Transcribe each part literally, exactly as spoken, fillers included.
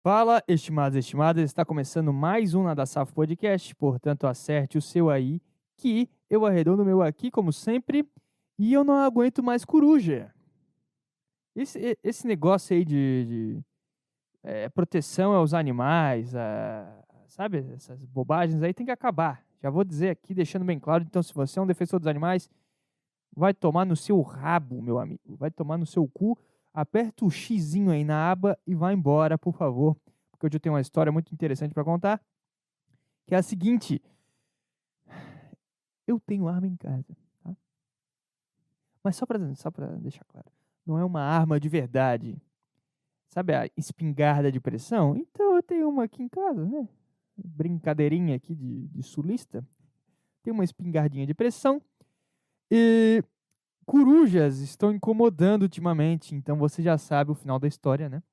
Fala, estimados e estimadas, está começando mais um Nada Safo Podcast, portanto acerte o seu aí, que eu arredondo o meu aqui, como sempre, e eu não aguento mais coruja. Esse, e- esse negócio aí de, de, eh, proteção aos animais, a- sabe, essas bobagens aí tem que acabar. Já vou dizer aqui, deixando bem claro, então se você é um defensor dos animais, vai tomar no seu rabo, meu amigo, vai tomar no seu cu, aperta o xizinho aí na aba e vai embora, por favor, porque hoje eu tenho uma história muito interessante para contar, que é a seguinte: eu tenho arma em casa, tá? Mas só para só para deixar claro, não é uma arma de verdade. Sabe a espingarda de pressão? Então eu tenho uma aqui em casa, né? Brincadeirinha aqui de, de sulista. Tem uma espingardinha de pressão e corujas estão incomodando ultimamente, então você já sabe o final da história, né?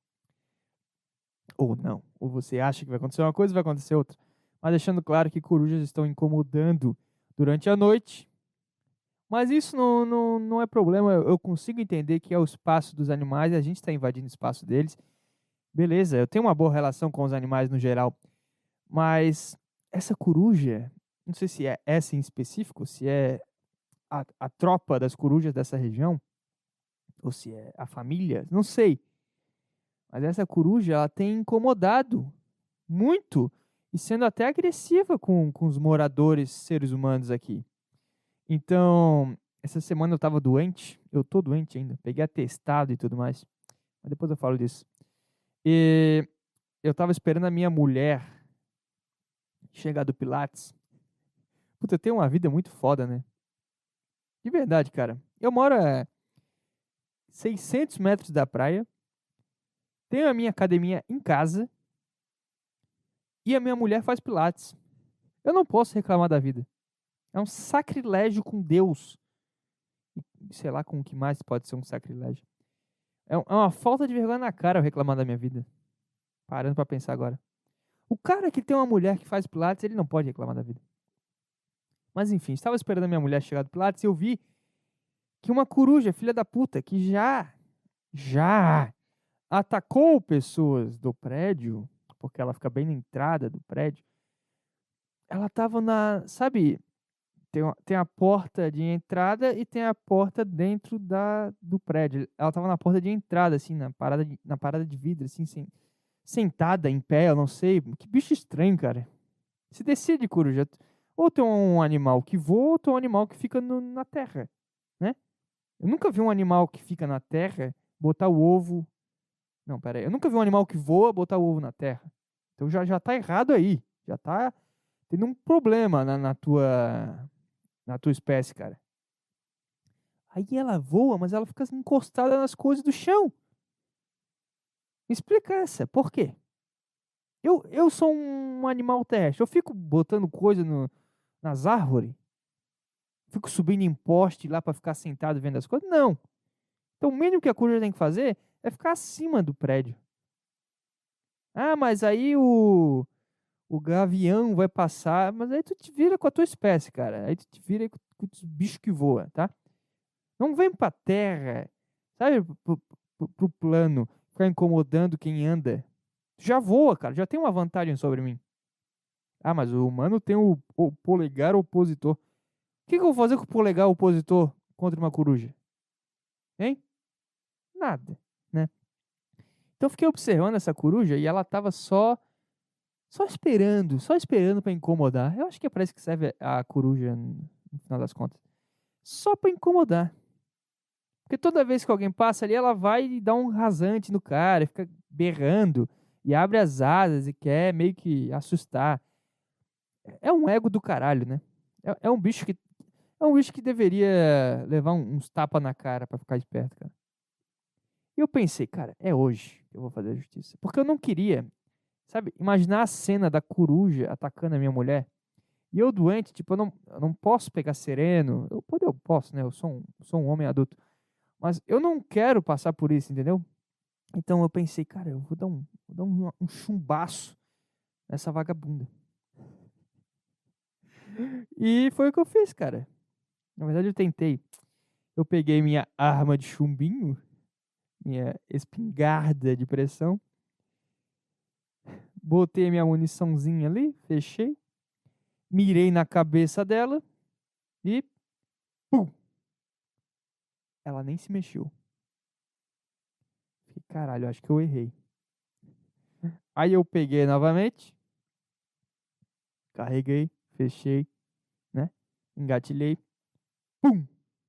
Ou não. Ou você acha que vai acontecer uma coisa e vai acontecer outra. Mas deixando claro que corujas estão incomodando durante a noite. Mas isso não, não, não é problema. Eu consigo entender que é o espaço dos animais e a gente está invadindo o espaço deles. Beleza, eu tenho uma boa relação com os animais no geral. Mas essa coruja, não sei se é essa em específico, se é a, a tropa das corujas dessa região, ou se é a família, não sei. Mas essa coruja, ela tem incomodado muito e sendo até agressiva com, com os moradores seres humanos aqui. Então, essa semana eu tava doente, eu tô doente ainda, peguei atestado e tudo mais, mas depois eu falo disso. E eu tava esperando a minha mulher chegar do Pilates. Puta, eu tenho uma vida muito foda, né? De verdade, cara. Eu moro a seiscentos metros da praia, tenho a minha academia em casa e a minha mulher faz Pilates. Eu não posso reclamar da vida. É um sacrilégio com Deus. E sei lá com o que mais pode ser um sacrilégio. É um- é uma falta de vergonha na cara eu reclamar da minha vida. Parando pra pensar agora. O cara que tem uma mulher que faz Pilates, ele não pode reclamar da vida. Mas enfim, estava esperando a minha mulher chegar do Pilates e eu vi que uma coruja, filha da puta, que já, já atacou pessoas do prédio, porque ela fica bem na entrada do prédio. Ela tava na, sabe, tem, uma- tem a porta de entrada e tem a porta dentro da, do prédio. Ela tava na porta de entrada, assim, na parada de, na parada de vidro, assim, sem, sentada em pé, eu não sei. Que bicho estranho, cara. Se decide, coruja. Ou tem um animal que voa, ou tem um animal que fica no- na terra, né? Eu nunca vi um animal que fica na terra botar o ovo. Não, pera aí. Eu nunca vi um animal que voa botar o ovo na terra. Então já, já tá errado aí. Já tá tendo um problema na, na tua, na tua espécie, cara. Aí ela voa, mas ela fica encostada nas coisas do chão. Me explica essa, por quê? Eu, eu sou um animal terrestre. Eu fico botando coisa no, nas árvores. Fico subindo em poste lá pra ficar sentado vendo as coisas. Não. Então o mínimo que a coruja tem que fazer é ficar acima do prédio. Ah, mas aí o, o gavião vai passar. Mas aí tu te vira com a tua espécie, cara. Aí tu te vira com, com os bichos que voam, tá? Não vem pra terra, sabe? Pro, pro, pro plano, ficar incomodando quem anda. Tu já voa, cara. Já tem uma vantagem sobre mim. Ah, mas o humano tem o, o polegar opositor. O que, que eu vou fazer com o polegar opositor contra uma coruja? Hein? Nada, né? Então eu fiquei observando essa coruja e ela tava só só esperando, só esperando pra incomodar. Eu acho que é para isso que serve a coruja no final das contas. Só pra incomodar. Porque toda vez que alguém passa ali, ela vai e dá um rasante no cara, fica berrando e abre as asas e quer meio que assustar. É um ego do caralho, né? É, é um bicho que é um bicho que deveria levar um- uns tapas na cara pra ficar esperto, cara. E eu pensei, cara, é hoje que eu vou fazer a justiça. Porque eu não queria, sabe, imaginar a cena da coruja atacando a minha mulher. E eu doente, tipo, eu não, eu não posso pegar sereno. Eu, pode, eu posso, né? Eu sou um, sou um homem adulto. Mas eu não quero passar por isso, entendeu? Então eu pensei, cara, eu vou dar um, vou dar um, um chumbaço nessa vagabunda. E foi o que eu fiz, cara. Na verdade, eu tentei. Eu peguei minha arma de chumbinho, minha espingarda de pressão, botei a minha muniçãozinha ali, fechei, mirei na cabeça dela e pum! Ela nem se mexeu. Fiquei, caralho, acho que eu errei. Aí eu peguei novamente, carreguei, fechei, né? Engatilhei, pum!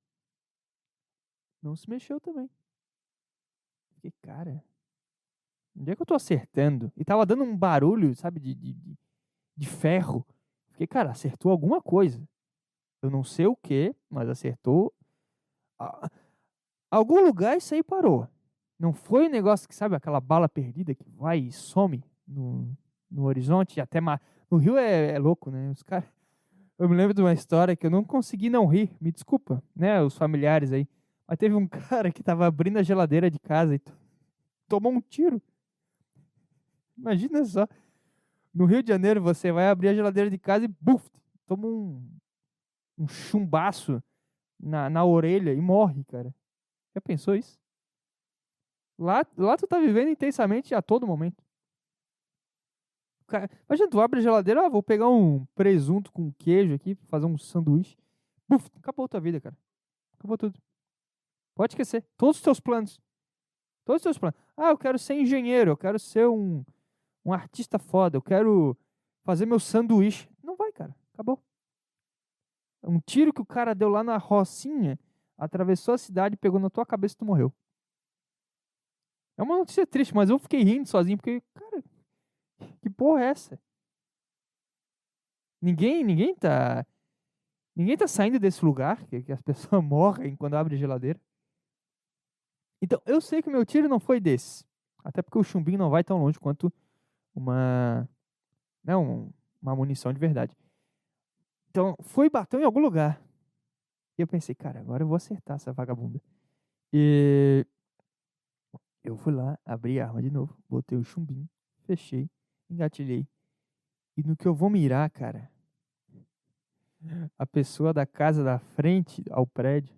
Não se mexeu também. Fiquei, cara, onde é que eu tô acertando? E tava dando um barulho, sabe, de, de, de de ferro. Fiquei, cara, acertou alguma coisa. Eu não sei o que, mas acertou. A- Algum lugar isso aí parou. Não foi um negócio que, sabe, aquela bala perdida que vai e some no, no horizonte. E até ma- no Rio é, é louco, né? Os caras. Eu me lembro de uma história que eu não consegui não rir. Me desculpa, né? Os familiares aí. Mas teve um cara que tava abrindo a geladeira de casa e t- tomou um tiro. Imagina só. No Rio de Janeiro, você vai abrir a geladeira de casa e buf, toma um, um chumbaço na, na orelha e morre, cara. Já pensou isso? Lá, lá tu tá vivendo intensamente a todo momento. Cara, imagina, tu abre a geladeira, ah, vou pegar um presunto com queijo aqui, pra fazer um sanduíche. Buf, acabou a tua vida, cara. Acabou tudo. Pode esquecer. Todos os teus planos. Todos os teus planos. Ah, eu quero ser engenheiro, eu quero ser um, um artista foda, eu quero fazer meu sanduíche. Não vai, cara. Acabou. Um tiro que o cara deu lá na Rocinha, atravessou a cidade, pegou na tua cabeça e tu morreu. É uma notícia triste, mas eu fiquei rindo sozinho, porque, cara, que porra é essa? Ninguém, ninguém tá, ninguém tá saindo desse lugar, que, que as pessoas morrem quando abre a geladeira. Então, eu sei que o meu tiro não foi desse. Até porque o chumbinho não vai tão longe quanto uma, não, uma munição de verdade. Então, foi bateu em algum lugar. E eu pensei, cara, agora eu vou acertar essa vagabunda. E eu fui lá, abri a arma de novo, botei o chumbinho, fechei, engatilhei. E no que eu vou mirar, cara, a pessoa da casa da frente ao prédio,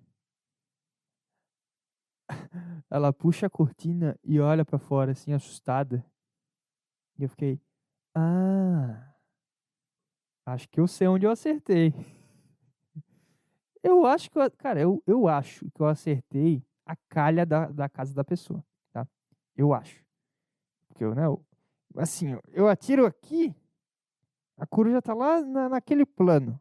ela puxa a cortina e olha pra fora, assim, assustada. E eu fiquei, ah, acho que eu sei onde eu acertei. Eu acho que, eu, cara, eu, eu acho que eu acertei a calha da, da casa da pessoa, tá? Eu acho. Porque eu, né, eu, assim, eu, eu atiro aqui, a coruja tá lá na, naquele plano,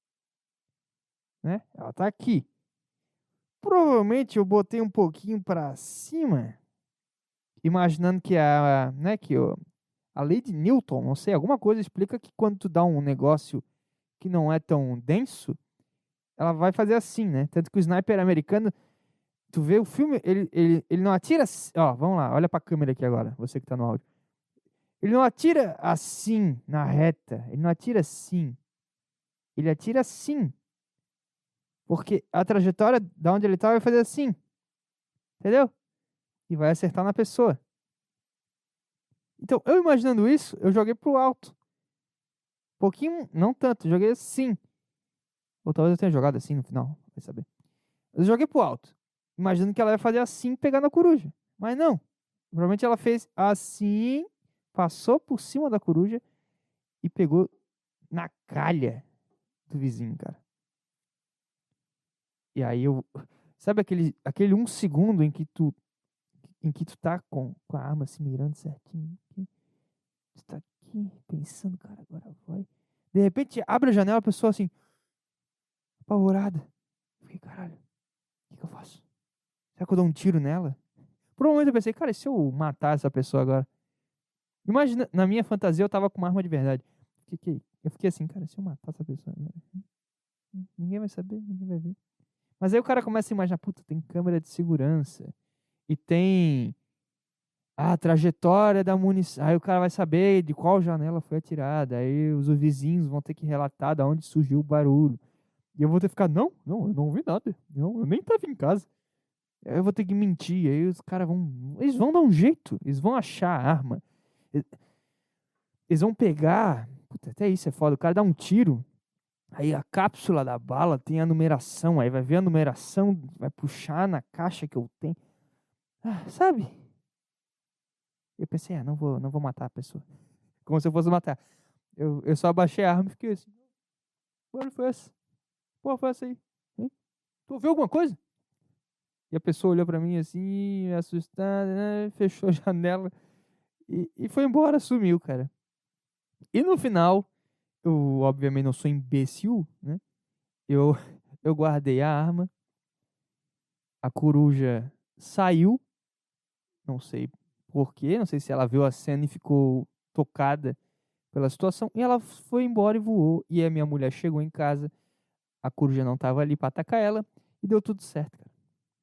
né? Ela tá aqui. Provavelmente eu botei um pouquinho pra cima, imaginando que a, né, que o, a lei de Newton, não sei, alguma coisa explica que quando tu dá um negócio que não é tão denso, ela vai fazer assim, né? Tanto que o sniper americano, tu vê o filme, ele, ele, ele não atira, assim- ó, vamos lá, olha pra câmera aqui agora, você que tá no áudio. Ele não atira assim, na reta, ele não atira assim, ele atira assim, porque a trajetória da onde ele tá vai fazer assim, entendeu? E vai acertar na pessoa. Então, eu imaginando isso, eu joguei pro alto. Pouquinho, não tanto, joguei assim. Ou talvez eu tenha jogado assim no final, vai saber. Eu joguei pro alto, imaginando que ela ia fazer assim, pegar na coruja. Mas não. Provavelmente ela fez assim, passou por cima da coruja e pegou na calha do vizinho, cara. E aí eu. Sabe aquele, aquele um segundo em que tu. Em que tu tá com, com a arma se mirando certinho? Aqui. Tu tá aqui pensando, cara, agora vai. De repente abre a janela, a pessoa assim, apavorada. Fiquei, caralho, o que, que eu faço? Será que eu dou um tiro nela? Por um momento eu pensei, cara, e se eu matar essa pessoa agora? Imagina, na minha fantasia eu tava com uma arma de verdade. Que que, eu fiquei assim, cara, se eu matar essa pessoa agora? Hum, Ninguém vai saber, ninguém vai ver. Mas aí o cara começa a imaginar, puta, tem câmera de segurança. E tem a trajetória da munição. Aí o cara vai saber de qual janela foi atirada. Aí os vizinhos vão ter que relatar de onde surgiu o barulho. E eu vou ter que ficar, não, não, eu não ouvi nada. Não, eu nem tava em casa. Aí eu vou ter que mentir. Aí os caras vão. Eles vão dar um jeito. Eles vão achar a arma. E- Eles vão pegar. Puta, até isso é foda. O cara dá um tiro. Aí a cápsula da bala tem a numeração. Aí vai ver a numeração. Vai puxar na caixa que eu tenho. Ah, sabe? Eu pensei, ah, não vou, não vou matar a pessoa. como se eu fosse matar. Eu, eu só abaixei a arma e fiquei assim. Que barulho foi esse? Porra, foi essa aí? Hein? Tu ouviu alguma coisa? E a pessoa olhou pra mim assim, assustada, né? Fechou a janela e, e foi embora, sumiu, cara. E no final, eu obviamente não sou imbecil, né? Eu, eu guardei a arma, a coruja saiu, não sei por quê, não sei se ela viu a cena e ficou tocada pela situação, e ela foi embora e voou. E a minha mulher chegou em casa, a coruja não estava ali para atacar ela, e deu tudo certo, cara.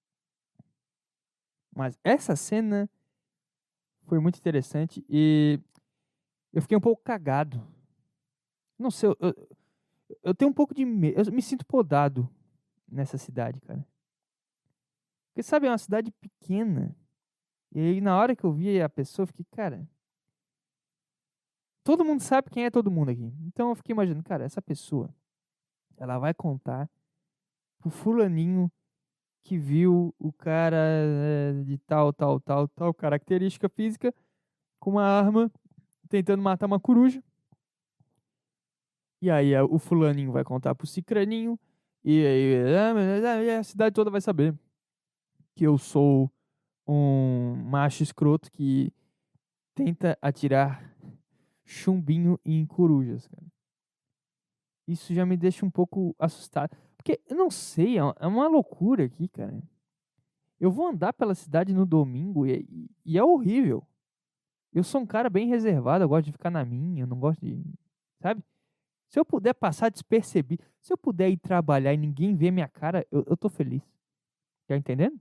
Mas essa cena foi muito interessante e eu fiquei um pouco cagado. Não sei, eu, eu, eu tenho um pouco de medo, eu me sinto podado nessa cidade, cara. Porque, sabe, é uma cidade pequena. E aí, na hora que eu vi a pessoa, eu fiquei, cara, todo mundo sabe quem é todo mundo aqui. Então eu fiquei imaginando, cara, essa pessoa, ela vai contar pro fulaninho que viu o cara eh, de tal, tal, tal, tal característica física com uma arma tentando matar uma coruja. E aí eh, o fulaninho vai contar pro cicraninho. E aí ah, a cidade toda vai saber que eu sou um macho escroto que tenta atirar chumbinho em corujas, cara. Isso já me deixa um pouco assustado. Porque, eu não sei, é uma é uma loucura aqui, cara. Eu vou andar pela cidade no domingo e, e- e é horrível. Eu sou um cara bem reservado, eu gosto de ficar na minha, eu não gosto de. Sabe? Se eu puder passar despercebido, se eu puder ir trabalhar e ninguém ver minha cara, eu, eu tô feliz. Tá entendendo?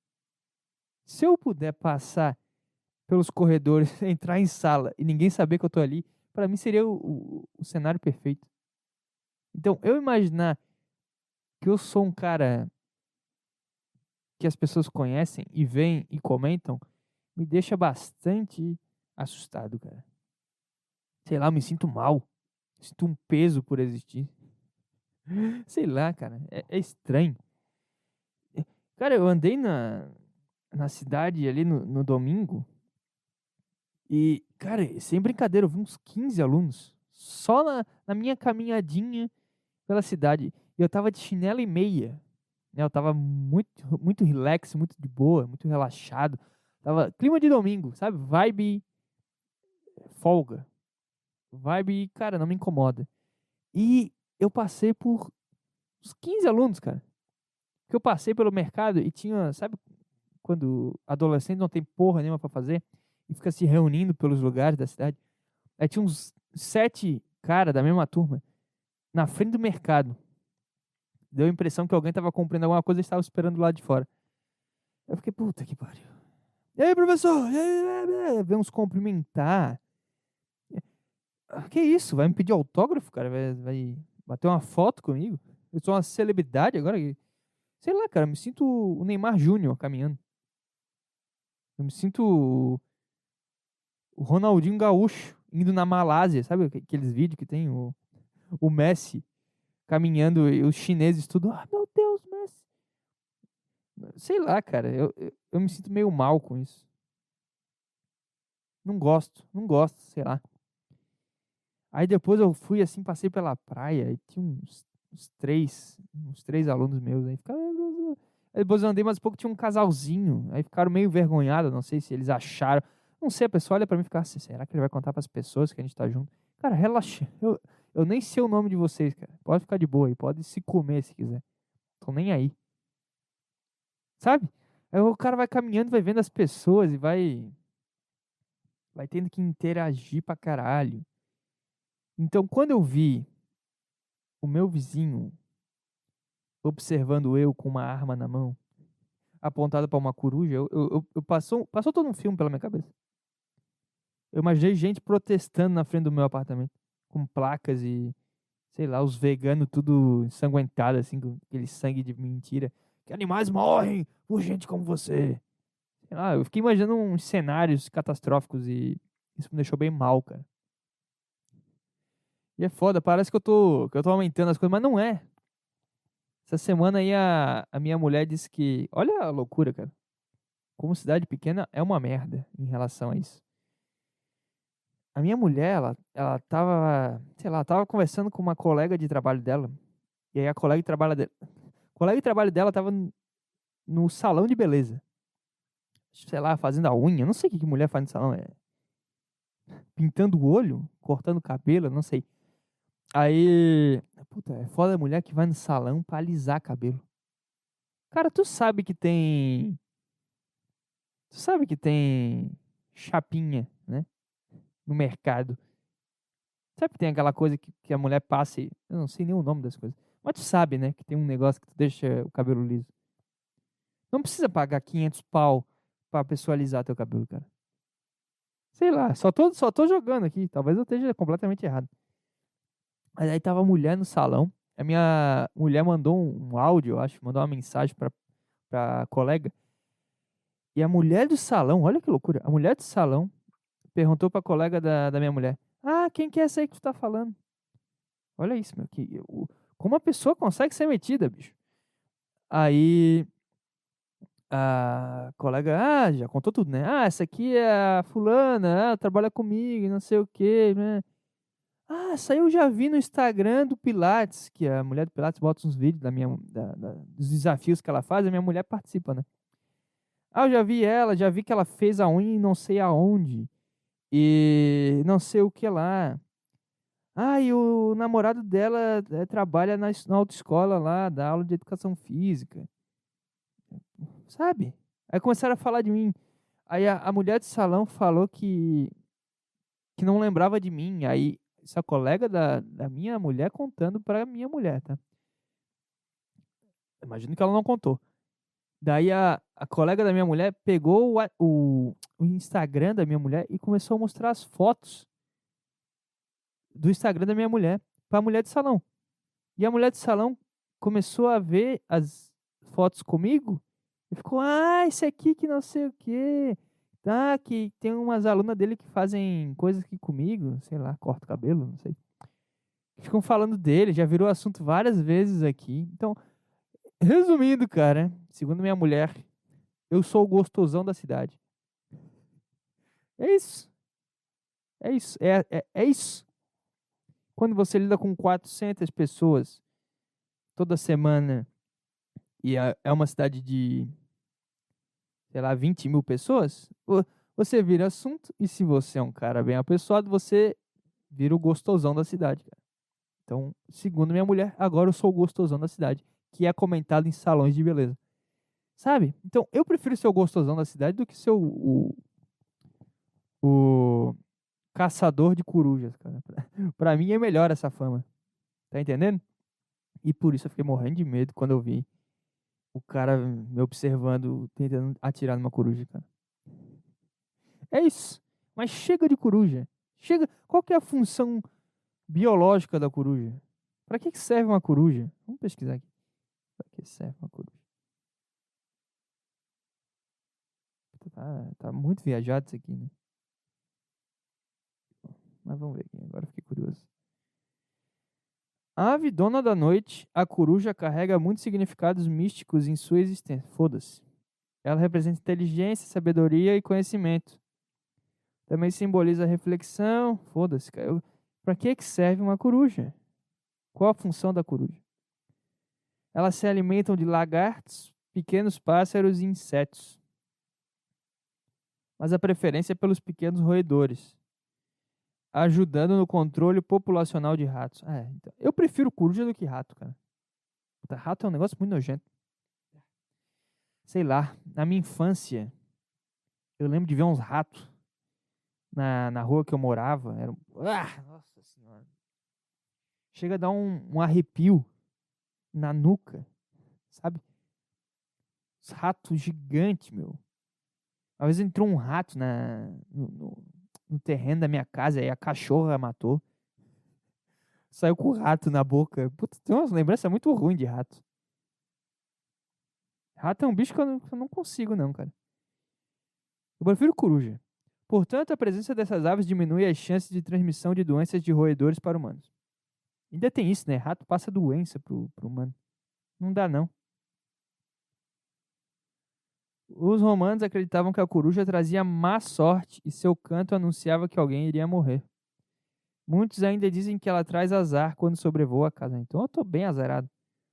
Se eu puder passar pelos corredores, entrar em sala e ninguém saber que eu tô ali, pra mim seria o, o, o cenário perfeito. Então, eu imaginar que eu sou um cara que as pessoas conhecem e veem e comentam, me deixa bastante assustado, cara. Sei lá, eu me sinto mal. Sinto um peso por existir. Sei lá, cara. É, é estranho. É, Cara, eu andei na, na cidade ali no, no domingo e, cara, sem brincadeira, eu vi uns quinze alunos só na, na minha caminhadinha pela cidade. E eu tava de chinela e meia. Né? Eu tava muito, muito relax, muito de boa, muito relaxado. Tava clima de domingo, sabe? Vibe folga. Vibe, cara, não me incomoda. E eu passei por uns quinze alunos, cara. Que eu passei pelo mercado e tinha, sabe quando adolescente não tem porra nenhuma pra fazer e fica se reunindo pelos lugares da cidade? Aí tinha uns sete cara da mesma turma na frente do mercado. Deu a impressão que alguém tava comprando alguma coisa e estava esperando lá de fora. Eu fiquei, puta que pariu. E aí, professor? E aí, vem uns cumprimentar. Ah, que isso? Vai me pedir autógrafo, cara? Vai, vai bater uma foto comigo? Eu sou uma celebridade agora? Sei lá, cara, eu me sinto o Neymar Júnior caminhando. Eu me sinto o o Ronaldinho Gaúcho indo na Malásia, sabe aqueles vídeos que tem o, o Messi caminhando e os chineses tudo, ah, meu Deus, Messi. Sei lá, cara, eu, eu, eu me sinto meio mal com isso. Não gosto, não gosto, sei lá. Aí depois eu fui assim, passei pela praia e tinha uns, uns três, uns três alunos meus aí. Ficaram, aí depois eu andei mais um pouco, tinha um casalzinho. Aí ficaram meio envergonhados, não sei se eles acharam. Não sei, a pessoa olha pra mim e fica assim, será que ele vai contar pras pessoas que a gente tá junto? Cara, relaxa. Eu, eu nem sei o nome de vocês, cara. Pode ficar de boa aí, pode se comer se quiser. Tô nem aí. Sabe? Aí o cara vai caminhando, vai vendo as pessoas e vai, vai tendo que interagir pra caralho. Então, quando eu vi o meu vizinho observando eu com uma arma na mão, apontada para uma coruja, eu, eu, eu, eu passou, passou todo um filme pela minha cabeça. Eu imaginei gente protestando na frente do meu apartamento, com placas e, sei lá, os veganos tudo ensanguentado, assim, com aquele sangue de mentira. Que animais morrem por gente como você. Sei lá, eu fiquei imaginando uns cenários catastróficos e isso me deixou bem mal, cara. E é foda, parece que eu tô, que eu tô aumentando as coisas, mas não é. Essa semana aí a, a minha mulher disse que, olha a loucura, cara. Como cidade pequena é uma merda em relação a isso. A minha mulher, ela, ela tava, sei lá, tava conversando com uma colega de trabalho dela. E aí a colega de trabalho dela, colega de trabalho dela tava n- no salão de beleza. Sei lá, fazendo a unha. Não sei o que, que mulher faz no salão. É pintando o olho, cortando o cabelo, não sei. Aí, puta, é foda a mulher que vai no salão pra alisar cabelo. Cara, tu sabe que tem. Tu sabe que tem chapinha, né? No mercado. Sabe que tem aquela coisa que, que a mulher passa e. Eu não sei nem o nome das coisas. Mas tu sabe, né? Que tem um negócio que tu deixa o cabelo liso. Não precisa pagar quinhentos pau pra pessoalizar teu cabelo, cara. Sei lá, só tô, só tô jogando aqui. Talvez eu esteja completamente errado. Mas aí tava a mulher no salão. A minha mulher mandou um, um áudio, eu acho, mandou uma mensagem pra, pra colega. E a mulher do salão, olha que loucura. A mulher do salão perguntou pra colega da, da minha mulher: Ah, quem que é essa aí que tu tá falando? Olha isso, meu. Que, o- como a pessoa consegue ser metida, bicho? Aí a colega, ah, já contou tudo, né? Ah, essa aqui é a fulana, ah, trabalha comigo, e não sei o quê, né? Ah, essa aí eu já vi no Instagram do Pilates, que a mulher do Pilates bota uns vídeos da minha, da- da- dos desafios que ela faz, a minha mulher participa, né? Ah, eu já vi ela, já vi que ela fez a unha em não sei aonde, e não sei o que lá. Ah, e o namorado dela eh, trabalha na, es- na autoescola lá, dá aula de educação física, sabe? Aí começaram a falar de mim. Aí a, a mulher de salão falou que, que não lembrava de mim. Aí essa colega da, da minha mulher contando pra minha mulher, tá? Imagino que ela não contou. Daí a, a colega da minha mulher pegou o, a- o, o Instagram da minha mulher e começou a mostrar as fotos do Instagram da minha mulher pra mulher de salão. E a mulher de salão começou a ver as fotos comigo e ficou, ah, esse aqui que não sei o quê. Tá, que tem umas alunas dele que fazem coisas aqui comigo, sei lá, corta o cabelo, não sei. Ficam falando dele, já virou assunto várias vezes aqui. Então, resumindo, cara, segundo minha mulher, eu sou o gostosão da cidade. É isso, é isso, é, é, é isso. Quando você lida com quatrocentas pessoas toda semana e é é uma cidade de, sei lá, vinte mil pessoas, vo- você vira assunto e se você é um cara bem apessoado, você vira o gostosão da cidade, cara. Então, segundo minha mulher, agora eu sou o gostosão da cidade, que é comentado em salões de beleza. Sabe? Então, eu prefiro ser o gostosão da cidade do que ser o, o, o caçador de corujas, cara. Pra, pra mim é melhor essa fama. Tá entendendo? E por isso eu fiquei morrendo de medo quando eu vi o cara me observando, tentando atirar numa coruja, cara. É isso. Mas chega de coruja. Chega. Qual que é a função biológica da coruja? Pra que que serve uma coruja? Vamos pesquisar aqui. Pra que serve uma coruja? Tá, tá muito viajado isso aqui, né? Mas vamos ver aqui. Agora eu fiquei curioso. A ave dona da noite, a coruja carrega muitos significados místicos em sua existência. Foda-se. Ela representa inteligência, sabedoria e conhecimento. Também simboliza reflexão. Foda-se, cara. Eu- Pra que que serve uma coruja? Qual a função da coruja? Elas se alimentam de lagartos, pequenos pássaros e insetos, mas a preferência é pelos pequenos roedores, ajudando no controle populacional de ratos. É, então, eu prefiro coruja do que rato, cara. Puta, rato é um negócio muito nojento. Sei lá, na minha infância, eu lembro de ver uns ratos na, na rua que eu morava. Era, um- ah, nossa senhora. Chega a dar um, um arrepio na nuca, sabe? Os ratos gigantes, meu. Uma vez entrou um rato na, no, no- no terreno da minha casa e a cachorra matou. Saiu com o rato na boca. Putz, tem umas lembranças muito ruins de rato. Rato é um bicho que eu não, que eu não consigo, não, cara. Eu prefiro coruja. Portanto, a presença dessas aves diminui as chances de transmissão de doenças de roedores para humanos. Ainda tem isso, né? Rato passa doença pro, pro humano. Não dá, não. Os romanos acreditavam que a coruja trazia má sorte e seu canto anunciava que alguém iria morrer. Muitos ainda dizem que ela traz azar quando sobrevoa a casa. Então eu tô bem azarado.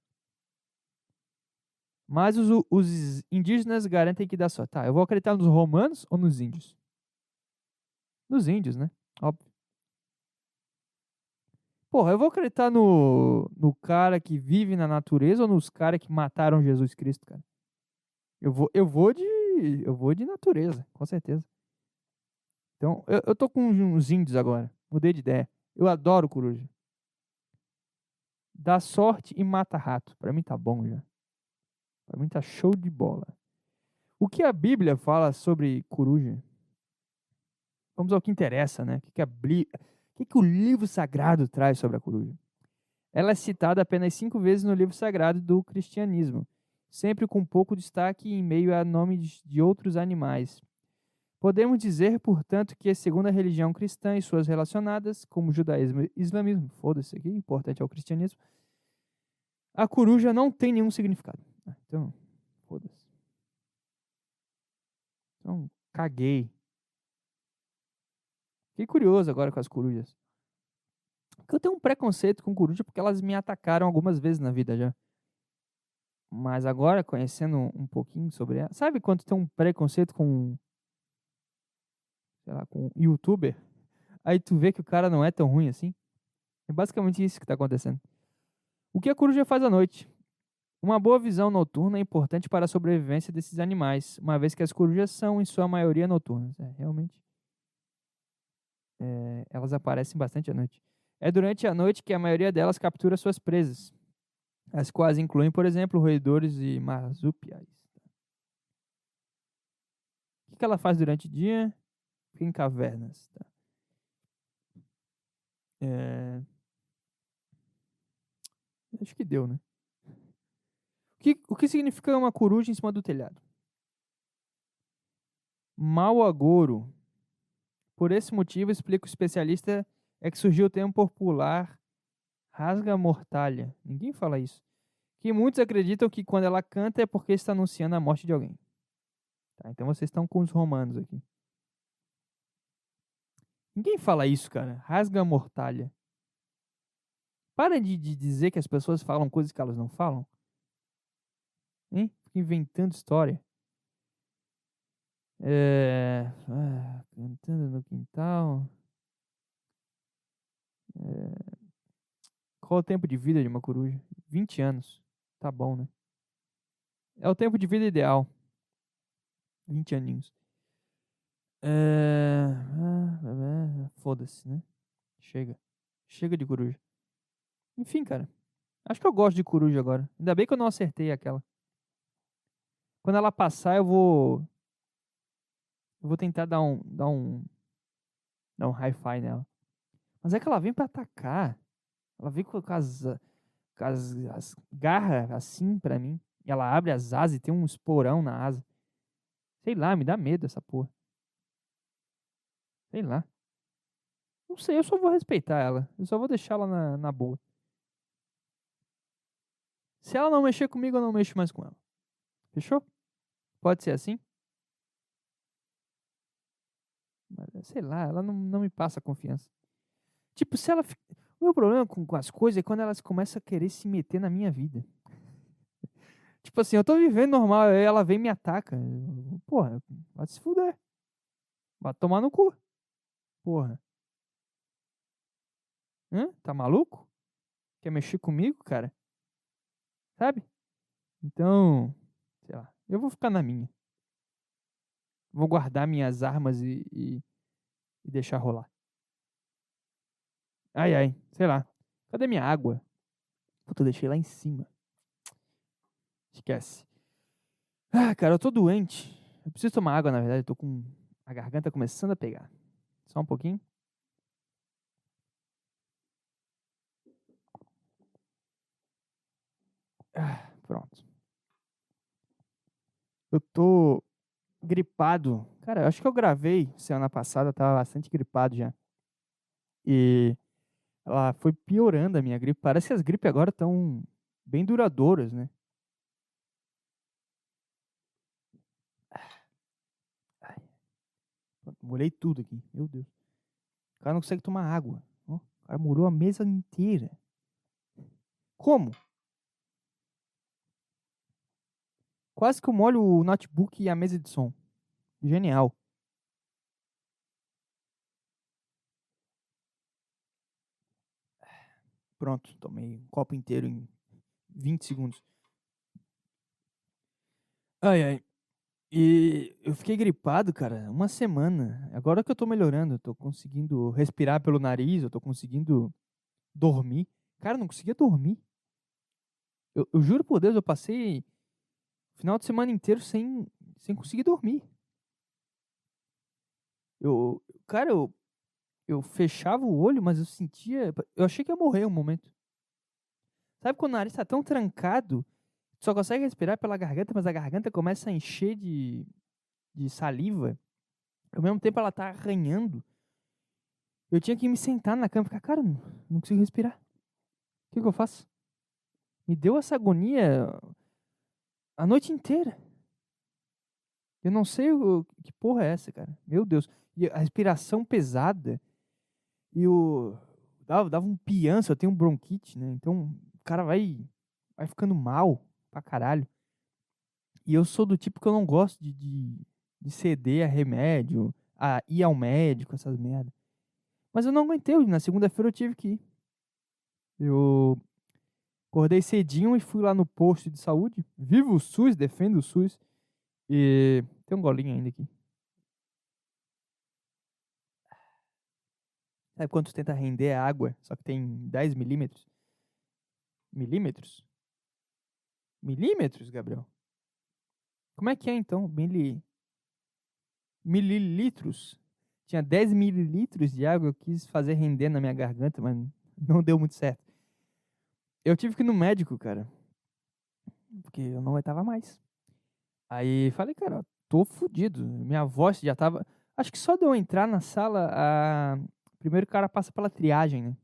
Mas os, os indígenas garantem que dá sorte. Tá, eu vou acreditar nos romanos ou nos índios? Nos índios, né? Óbvio. Porra, eu vou acreditar no, no cara que vive na natureza ou nos caras que mataram Jesus Cristo, cara? Eu vou, eu vou de. Eu vou de natureza, com certeza. Então, eu, eu tô com uns índios agora. Mudei de ideia. Eu adoro coruja. Dá sorte e mata rato. Pra mim tá bom já. Pra mim tá show de bola. O que a Bíblia fala sobre coruja? Vamos ao que interessa, né? O que, que, a Bli- o que, que o livro sagrado traz sobre a coruja? Ela é citada apenas cinco vezes no livro sagrado do cristianismo, sempre com pouco destaque em meio a nomes de outros animais. Podemos dizer, portanto, que, segundo a religião cristã e suas relacionadas, como judaísmo e islamismo, foda-se aqui, importante é o cristianismo, a coruja não tem nenhum significado. Ah, então, foda-se. Então, caguei. Fiquei curioso agora com as corujas. Porque eu tenho um preconceito com coruja porque elas me atacaram algumas vezes na vida já. Mas agora, conhecendo um pouquinho sobre ela. Sabe quando tem um preconceito com, sei lá, com um youtuber? Aí tu vê que o cara não é tão ruim assim? É basicamente isso que está acontecendo. O que a coruja faz à noite? Uma boa visão noturna é importante para a sobrevivência desses animais, uma vez que as corujas são, em sua maioria, noturnas. É, realmente, é, elas aparecem bastante à noite. É durante a noite que a maioria delas captura suas presas, as quais incluem, por exemplo, roedores e marsupiais. O que que ela faz durante o dia? Fica em cavernas. Tá? É, acho que deu, né? O que, o que significa uma coruja em cima do telhado? Mau agouro. Por esse motivo, explica o especialista, é que surgiu o termo popular rasga-mortalha. Ninguém fala isso. Que muitos acreditam que quando ela canta é porque está anunciando a morte de alguém. Tá, então vocês estão com os romanos aqui. Ninguém fala isso, cara. Rasga-mortalha. Para de, de dizer que as pessoas falam coisas que elas não falam. Hein? Fica inventando história. É... ah, cantando no quintal. É... Qual o tempo de vida de uma coruja? vinte anos. Tá bom, né? É o tempo de vida ideal. vinte aninhos. É... ah, é, foda-se, né? Chega. Chega de coruja. Enfim, cara. Acho que eu gosto de coruja agora. Ainda bem que eu não acertei aquela. Quando ela passar, eu vou. Eu vou tentar dar um. Dar um. Dar um hi-fi nela. Mas é que ela vem pra atacar. Ela vem com as, com as, as garras assim pra mim. E ela abre as asas e tem um esporão na asa. Sei lá, me dá medo essa porra. Sei lá. Não sei, eu só vou respeitar ela. Eu só vou deixar ela na, na boa. Se ela não mexer comigo, eu não mexo mais com ela. Fechou? Pode ser assim? Mas, sei lá, ela não, não me passa confiança. Tipo, se ela. fi- O meu problema com, com as coisas é quando elas começam a querer se meter na minha vida. Tipo assim, eu tô vivendo normal, aí ela vem e me ataca. Eu- Porra, vai se fuder. Vai tomar no cu. Porra. Hã? Tá maluco? Quer mexer comigo, cara? Sabe? Então, sei lá. Eu vou ficar na minha. Vou guardar minhas armas e, e, e deixar rolar. Ai, ai, sei lá. Cadê minha água? Puta, eu deixei lá em cima. Esquece. Ah, cara, eu tô doente. Eu preciso tomar água, na verdade. Eu tô com a garganta começando a pegar. Só um pouquinho. Ah, pronto. Eu tô gripado. Cara, eu acho que eu gravei semana passada, eu tava bastante gripado já. E ela foi piorando a minha gripe. Parece que as gripes agora estão bem duradouras, né? Ai, molhei tudo aqui. Meu Deus. O cara não consegue tomar água. Ó. cara molhou a mesa inteira. Como? Quase que eu molho o notebook e a mesa de som. Genial. Pronto, tomei um copo inteiro em vinte segundos. Ai, ai. E eu fiquei gripado, cara, uma semana. Agora que eu tô melhorando, eu tô conseguindo respirar pelo nariz, eu tô conseguindo dormir. Cara, eu não conseguia dormir. Eu, eu juro por Deus, eu passei o final de semana inteiro sem, sem conseguir dormir. Eu, cara, eu, eu fechava o olho, mas eu sentia. Eu achei que ia morrer um momento. Sabe quando o nariz tá tão trancado, tu só consegue respirar pela garganta, mas a garganta começa a encher de, de saliva. Ao mesmo tempo ela tá arranhando. Eu tinha que me sentar na cama e ficar, cara, não, não consigo respirar. O que, que eu faço? Me deu essa agonia a noite inteira. Eu não sei o, que porra é essa, cara. Meu Deus. E a respiração pesada. E o. Dava, dava um pianço, eu tenho um bronquite, né? Então o cara vai, vai ficando mal pra caralho. E eu sou do tipo que eu não gosto de, de, de ceder a remédio, a ir ao médico, essas merda. Mas eu não aguentei, na segunda-feira eu tive que ir. Eu acordei cedinho e fui lá no posto de saúde. Viva o SUS, defendo o SUS. E tem um golinho ainda aqui. Sabe quando tu tenta render a água, só que tem dez milímetros? Milímetros? Milímetros, Gabriel? Como é que é então? Mili... Mililitros? Tinha dez mililitros de água, eu quis fazer render na minha garganta, mas não deu muito certo. Eu tive que ir no médico, cara, porque eu não aguentava mais. Aí falei, cara, tô fudido. Minha voz já tava. Acho que só de eu entrar na sala, a... primeiro o cara passa pela triagem, né?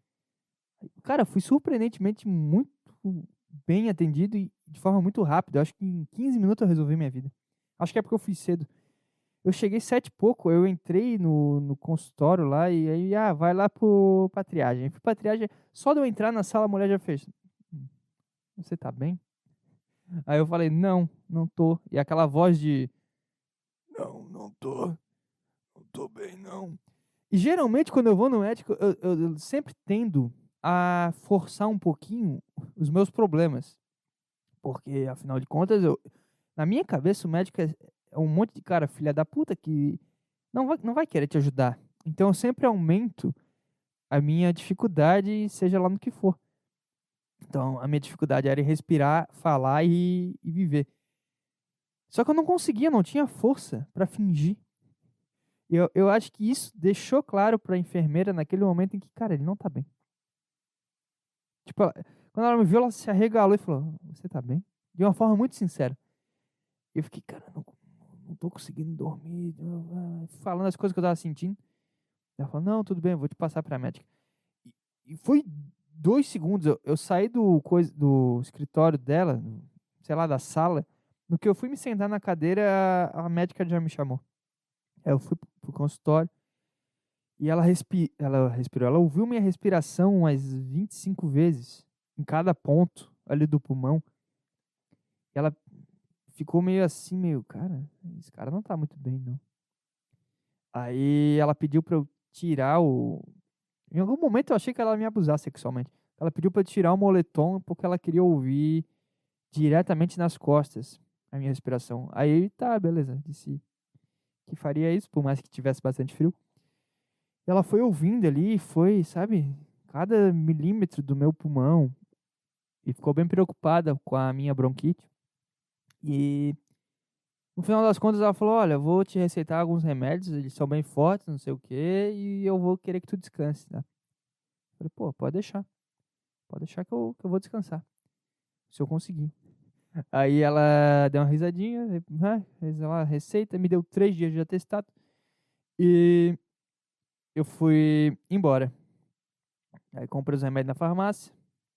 Cara, fui surpreendentemente muito bem atendido e de forma muito rápida. Acho que em quinze minutos eu resolvi minha vida. Acho que é porque eu fui cedo. Eu cheguei sete e pouco, eu entrei no, no consultório lá e aí, ah, vai lá pro, pra triagem. Fui pra triagem, só de eu entrar na sala a mulher já fez. "Hum, Você tá bem?" Aí eu falei, não, não tô. E aquela voz de, não, não tô, não tô bem, não. E geralmente quando eu vou no médico, eu, eu, eu sempre tendo a forçar um pouquinho os meus problemas. Porque, afinal de contas, eu, na minha cabeça, o médico é, é um monte de cara filha da puta que não vai, não vai querer te ajudar. Então eu sempre aumento a minha dificuldade, seja lá no que for. Então a minha dificuldade era em respirar, falar e, e viver. Só que eu não conseguia, não tinha força para fingir. Eu, eu acho que isso deixou claro pra enfermeira naquele momento em que, cara, ele não tá bem. Tipo, ela- quando ela me viu, ela se arregalou e falou: Você tá bem? De uma forma muito sincera. E eu fiquei, cara, não, não tô conseguindo dormir. Falando as coisas que eu tava sentindo. Ela falou: Não, tudo bem, eu vou te passar pra médica. E, e foi dois segundos. Eu, eu saí do, coisa, do escritório dela, sei lá, da sala. No que eu fui me sentar na cadeira, a, a médica já me chamou. Aí eu fui pro, pro consultório. E ela, respi ela respirou, ela ouviu minha respiração umas vinte e cinco vezes, em cada ponto ali do pulmão. E ela ficou meio assim, meio, cara, esse cara não tá muito bem, não. Aí ela pediu pra eu tirar o. Em algum momento eu achei que ela ia me abusar sexualmente. Ela pediu pra eu tirar o moletom porque ela queria ouvir diretamente nas costas a minha respiração. Aí tá, beleza, disse que faria isso, por mais que tivesse bastante frio. Ela foi ouvindo ali, foi, sabe, cada milímetro do meu pulmão e ficou bem preocupada com a minha bronquite. E no final das contas ela falou: Olha, eu vou te receitar alguns remédios, eles são bem fortes, não sei o quê, e eu vou querer que tu descanse, tá? Eu falei: Pô, pode deixar, pode deixar que eu, que eu vou descansar, se eu conseguir. Aí ela deu uma risadinha, né, fez uma receita, me deu três dias de atestado e eu fui embora. Aí comprei os remédios na farmácia.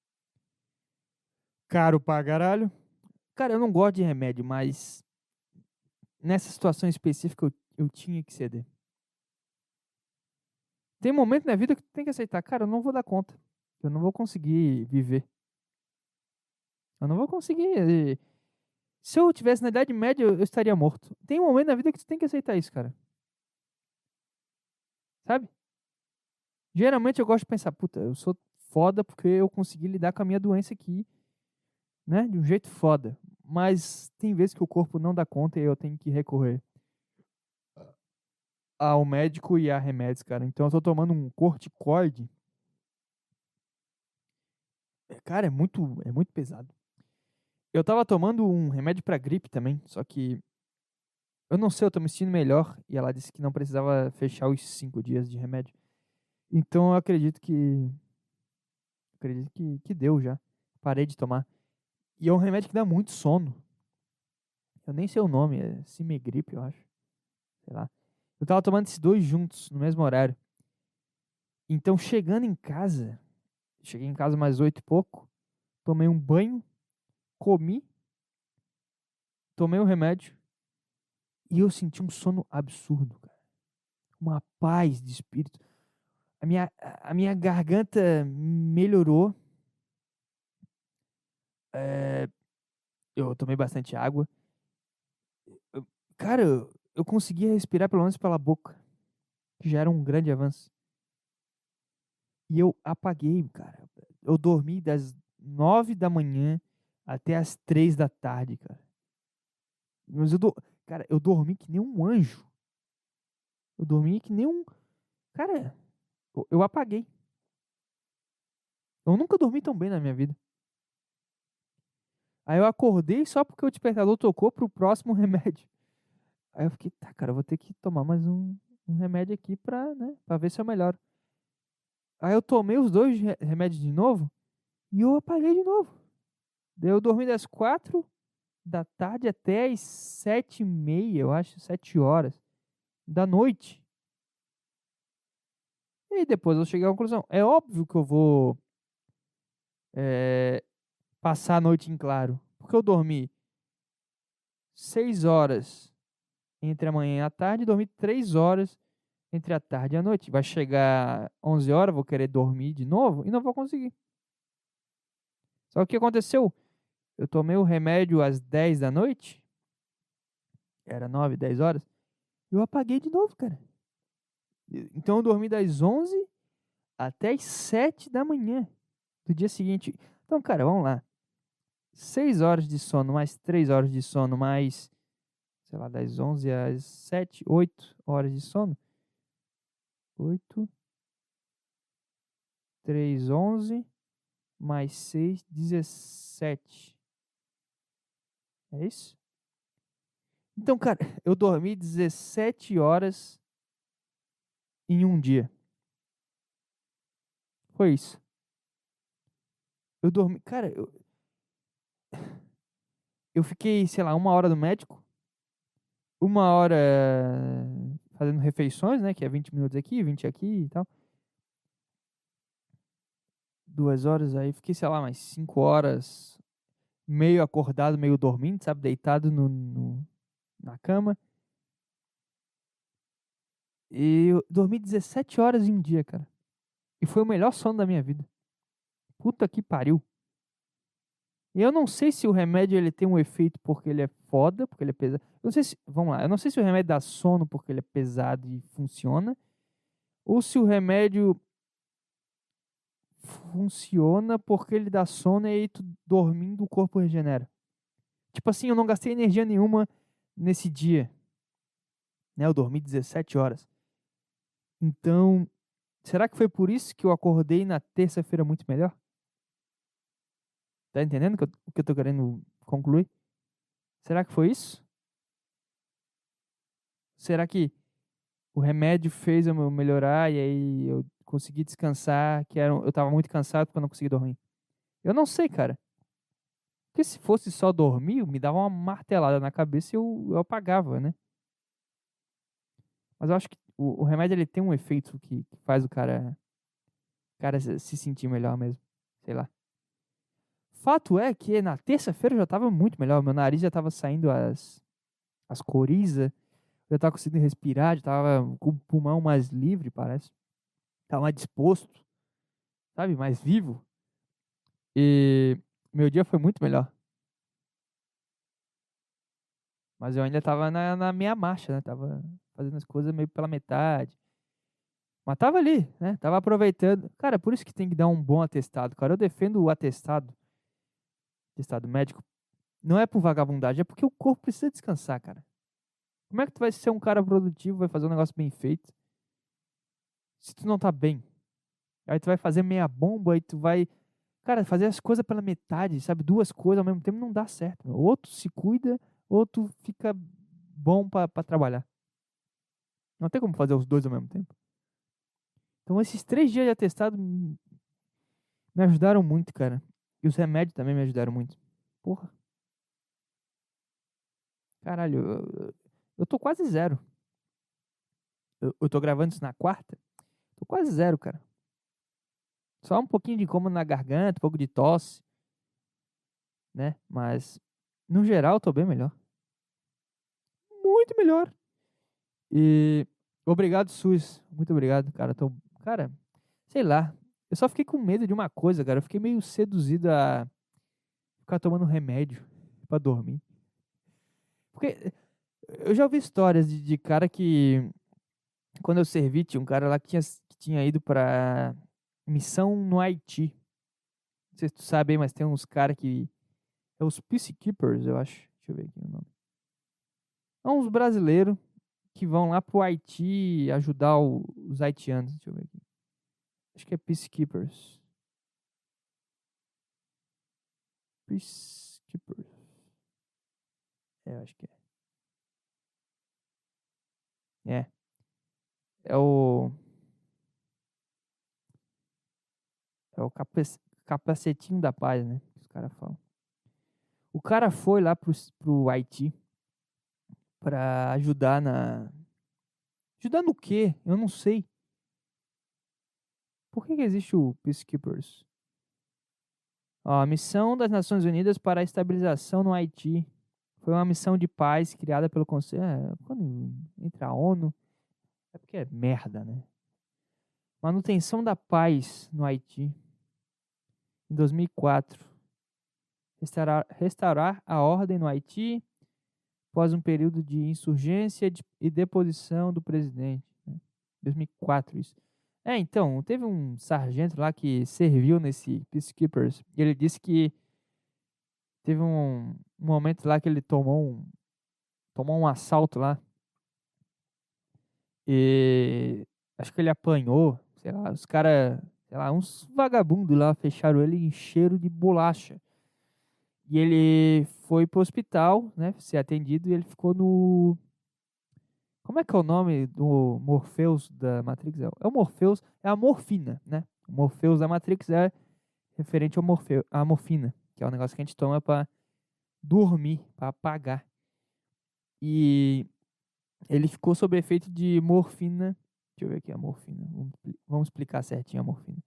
Caro pra caralho. Cara, eu não gosto de remédio, mas nessa situação específica eu, eu tinha que ceder. Tem momento na vida que tu tem que aceitar, cara, eu não vou dar conta. Eu não vou conseguir viver. Eu não vou conseguir. Se eu tivesse na Idade Média, eu, eu estaria morto. Tem um momento na vida que tu tem que aceitar isso, cara. Sabe? Geralmente eu gosto de pensar, puta, eu sou foda porque eu consegui lidar com a minha doença aqui, né? De um jeito foda. Mas tem vezes que o corpo não dá conta e eu tenho que recorrer ao médico e a remédios, cara. Então eu tô tomando um corticoide. É, cara, é muito, é muito pesado. Eu tava tomando um remédio pra gripe também, só que eu não sei, eu tô me sentindo melhor. E ela disse que não precisava fechar os cinco dias de remédio. Então eu acredito que. Acredito que, que deu já. Parei de tomar. E é um remédio que dá muito sono. Eu nem sei o nome, é Cimegrip, eu acho. Sei lá. Eu tava tomando esses dois juntos, no mesmo horário. Então, chegando em casa, cheguei em casa mais oito e pouco, tomei um banho, comi, tomei o remédio e eu senti um sono absurdo, cara. Uma paz de espírito. A minha, a minha garganta melhorou. É, eu tomei bastante água. Eu- cara, eu, eu conseguia respirar pelo menos pela boca, que já era um grande avanço. E eu apaguei, cara. Eu dormi das nove da manhã até as três da tarde, cara. Mas eu, do... cara, eu dormi que nem um anjo. Eu dormi que nem um. Cara, eu, eu apaguei. Eu nunca dormi tão bem na minha vida. Aí eu acordei só porque o despertador tocou pro próximo remédio. Aí eu fiquei, tá, cara, eu vou ter que tomar mais um, um remédio aqui pra, né, pra ver se eu melhoro. Aí eu tomei os dois re- remédios de novo e eu apaguei de novo. Daí eu dormi das quatro da tarde até as sete e meia, eu acho, sete horas da noite. E aí depois eu cheguei à conclusão. É óbvio que eu vou é, passar a noite em claro. Porque eu dormi seis horas entre a manhã e a tarde e dormi três horas entre a tarde e a noite. Vai chegar onze horas, vou querer dormir de novo e não vou conseguir. Só que o que aconteceu? Eu tomei o remédio às dez da noite, era nove, dez horas, e eu apaguei de novo, cara. Então eu dormi das onze até as sete da manhã do dia seguinte. Então, cara, vamos lá. Seis horas de sono, mais três horas de sono, mais, sei lá, das onze às sete, oito horas de sono. Oito, três, onze, mais seis, dezessete. É isso? Então, cara, eu dormi dezessete horas em um dia. Foi isso. Eu dormi, cara, eu, eu fiquei, sei lá, uma hora no médico, uma hora fazendo refeições, né, que é vinte minutos aqui, vinte aqui e tal. Duas horas aí, fiquei, sei lá, mais cinco horas, meio acordado, meio dormindo, sabe, deitado no, no- na cama. E eu dormi dezessete horas em um dia, cara. E foi o melhor sono da minha vida. Puta que pariu. E eu não sei se o remédio ele tem um efeito porque ele é foda, porque ele é pesado. Eu não sei se, vamos lá, eu não sei se o remédio dá sono porque ele é pesado e funciona, ou se o remédio funciona porque ele dá sono e aí tu dormindo o corpo regenera. Tipo assim, eu não gastei energia nenhuma nesse dia, né? Eu dormi dezessete horas. Então, será que foi por isso que eu acordei na terça-feira muito melhor? Tá entendendo o que eu, o que eu tô querendo concluir? Será que foi isso? Será que o remédio fez eu melhorar e aí eu consegui descansar, que era, um- eu tava muito cansado porque eu não conseguia dormir? Eu não sei, cara. Porque se fosse só dormir, me dava uma martelada na cabeça e eu, eu apagava, né? Mas eu acho que o, o remédio ele tem um efeito que, que faz o cara, cara se se sentir melhor mesmo. Sei lá. Fato é que na terça-feira eu já tava muito melhor. Meu nariz já tava saindo as, as corizas. Eu já tava conseguindo respirar, já tava com o pulmão mais livre, parece. Tava mais disposto, sabe? Mais vivo. E meu dia foi muito melhor. Mas eu ainda tava na, na minha marcha, né? Tava fazendo as coisas meio pela metade. Mas tava ali, né? Tava aproveitando. Cara, por isso que tem que dar um bom atestado, cara. Eu defendo o atestado, atestado médico. Não é por vagabundagem, é porque o corpo precisa descansar, cara. Como é que tu vai ser um cara produtivo, vai fazer um negócio bem feito, se tu não tá bem? Aí tu vai fazer meia bomba, aí tu vai, cara, fazer as coisas pela metade, sabe? Duas coisas ao mesmo tempo não dá certo, meu. Ou tu se cuida, ou tu fica bom pra, pra trabalhar. Não tem como fazer os dois ao mesmo tempo. Então esses três dias de atestado me me ajudaram muito, cara. E os remédios também me ajudaram muito. Porra, caralho, eu, eu, eu tô quase zero. Eu, eu tô gravando isso na quarta, tô quase zero, cara. Só um pouquinho de incômodo na garganta, um pouco de tosse, né? Mas, no geral, tô bem melhor. Muito melhor. E obrigado, SUS. Muito obrigado, cara. Tô, cara, sei lá. Eu só fiquei com medo de uma coisa, cara. Eu fiquei meio seduzido a ficar tomando remédio pra dormir. Porque eu já ouvi histórias de, de cara que, quando eu servi, tinha um cara lá que tinha, que tinha ido pra missão no Haiti. Não sei se tu sabe aí, mas tem uns caras que. É os Peacekeepers, eu acho. Deixa eu ver aqui o nome. É uns brasileiros que vão lá pro Haiti ajudar o- os haitianos. Deixa eu ver aqui. Acho que é Peacekeepers. Peacekeepers. É, eu acho que é. É. É o. É o capac- capacetinho da paz, né? Que os caras falam. O cara foi lá pro, pro Haiti pra ajudar na. Ajudar no quê? Eu não sei. Por que que existe o Peacekeepers? Ó, a missão das Nações Unidas para a estabilização no Haiti foi uma missão de paz criada pelo Conselho. É, quando entra a ONU, é porque é merda, né? Manutenção da paz no Haiti em dois mil e quatro. Restaurar, restaurar a ordem no Haiti após um período de insurgência de- e deposição do presidente. Né? dois mil e quatro, isso. É, então, teve um sargento lá que serviu nesse Peacekeepers e ele disse que teve um, um momento lá que ele tomou um, tomou um assalto lá e acho que ele apanhou, sei lá, os caras, sei lá, uns vagabundos lá fecharam ele em cheiro de bolacha. E ele foi pro hospital, né, ser atendido e ele ficou no... Como é que é o nome do Morpheus da Matrix? É o é o Morpheus, é a morfina, né? O Morpheus da Matrix é referente ao Morfeu, à morfina, que é um negócio que a gente toma pra dormir, pra apagar. E ele ficou sob efeito de morfina. Deixa eu ver aqui a morfina. Vamos, vamos explicar certinho a morfina.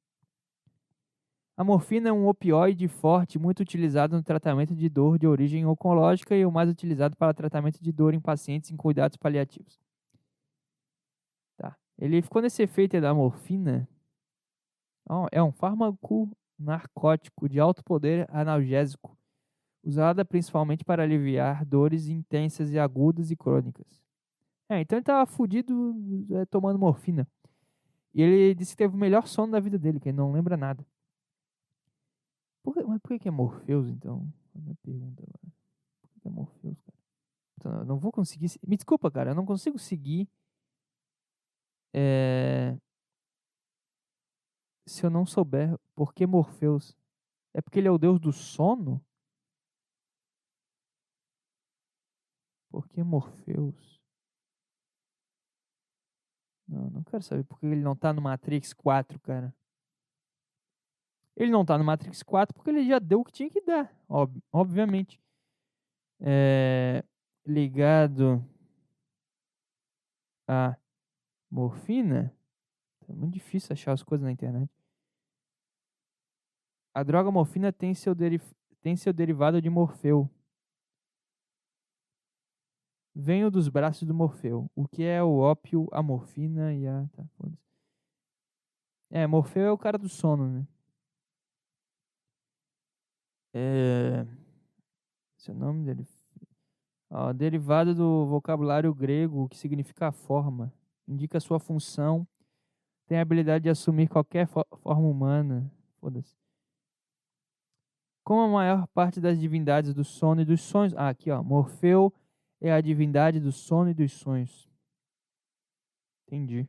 A morfina é um opioide forte muito utilizado no tratamento de dor de origem oncológica e o mais utilizado para tratamento de dor em pacientes em cuidados paliativos. Tá. Ele ficou nesse efeito da morfina. Ó, é um fármaco narcótico de alto poder analgésico, usada principalmente para aliviar dores intensas e agudas e crônicas. É, então ele tava fudido é, tomando morfina. E ele disse que teve o melhor sono da vida dele, que ele não lembra nada. Por que, mas por que que é Morpheus, então? A minha pergunta agora. Por que que é Morpheus, cara? Então, eu não vou conseguir... se- Me desculpa, cara, eu não consigo seguir é, se eu não souber por que Morpheus. É porque ele é o deus do sono? Por que Morpheus? Não, não quero saber por que ele não tá no Matrix quatro, cara. Ele não tá no Matrix quatro porque ele já deu o que tinha que dar, ob obviamente. É, ligado a morfina, é muito difícil achar as coisas na internet. A droga morfina tem seu, deri tem seu derivado de Morfeu. Venho dos braços do Morfeu. O que é o ópio, a morfina e a... Tá, foda-se. É, Morfeu é o cara do sono, né? É... Esse é o nome dele. Ó, derivado do vocabulário grego, que significa forma. Indica sua função. Tem a habilidade de assumir qualquer fo- forma humana. Foda-se. Como a maior parte das divindades do sono e dos sonhos. Ah, aqui, ó. Morfeu é a divindade do sono e dos sonhos. Entendi.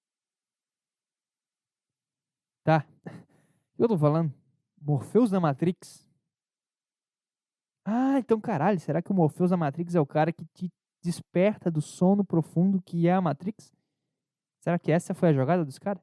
Tá. O que eu tô falando? Morpheus da Matrix? Ah, então caralho, será que o Morpheus da Matrix é o cara que te desperta do sono profundo que é a Matrix? Será que essa foi a jogada dos caras?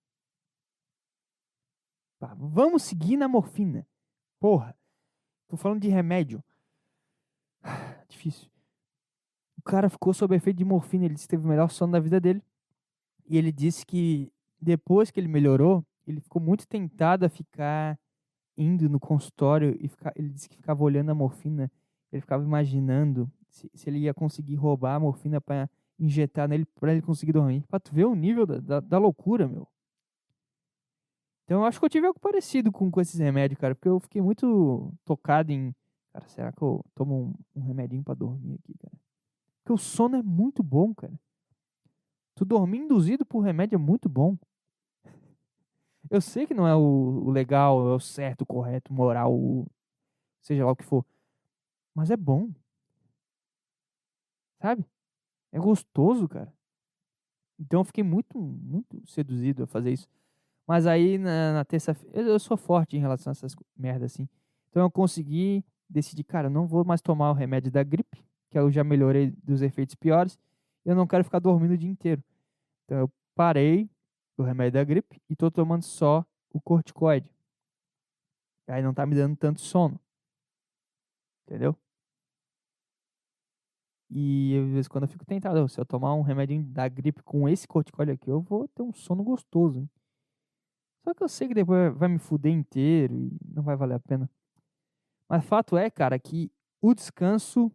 Tá, vamos seguir na morfina. Porra, tô falando de remédio. Difícil. O cara ficou sob efeito de morfina, ele disse que teve o melhor sono da vida dele. E ele disse que depois que ele melhorou, ele ficou muito tentado a ficar indo no consultório e ficar, ele disse que ficava olhando a morfina, ele ficava imaginando se, se ele ia conseguir roubar a morfina para injetar nele para ele conseguir dormir. Pra tu ver o nível da, da, da loucura, meu. Então eu acho que eu tive algo parecido com, com esses remédios, cara, porque eu fiquei muito tocado em, cara, será que eu tomo um, um remedinho para dormir aqui, cara? Porque o sono é muito bom, cara. Tu dormir induzido por remédio é muito bom. Eu sei que não é o, o legal, é o certo, o correto, moral, o- seja lá o que for, mas é bom, sabe? É gostoso, cara. Então eu fiquei muito, muito seduzido a fazer isso. Mas aí na, na terça-feira, eu, eu sou forte em relação a essas merdas assim. Então eu consegui decidir, cara, eu não vou mais tomar o remédio da gripe, que eu já melhorei dos efeitos piores. Eu não quero ficar dormindo o dia inteiro. Então eu parei o remédio da gripe e tô tomando só o corticoide. Aí não tá me dando tanto sono, entendeu? E às vezes quando eu fico tentado, se eu tomar um remédio da gripe com esse corticoide aqui, eu vou ter um sono gostoso, hein? Só que eu sei que depois vai me fuder inteiro e não vai valer a pena. Mas fato é, cara, que o descanso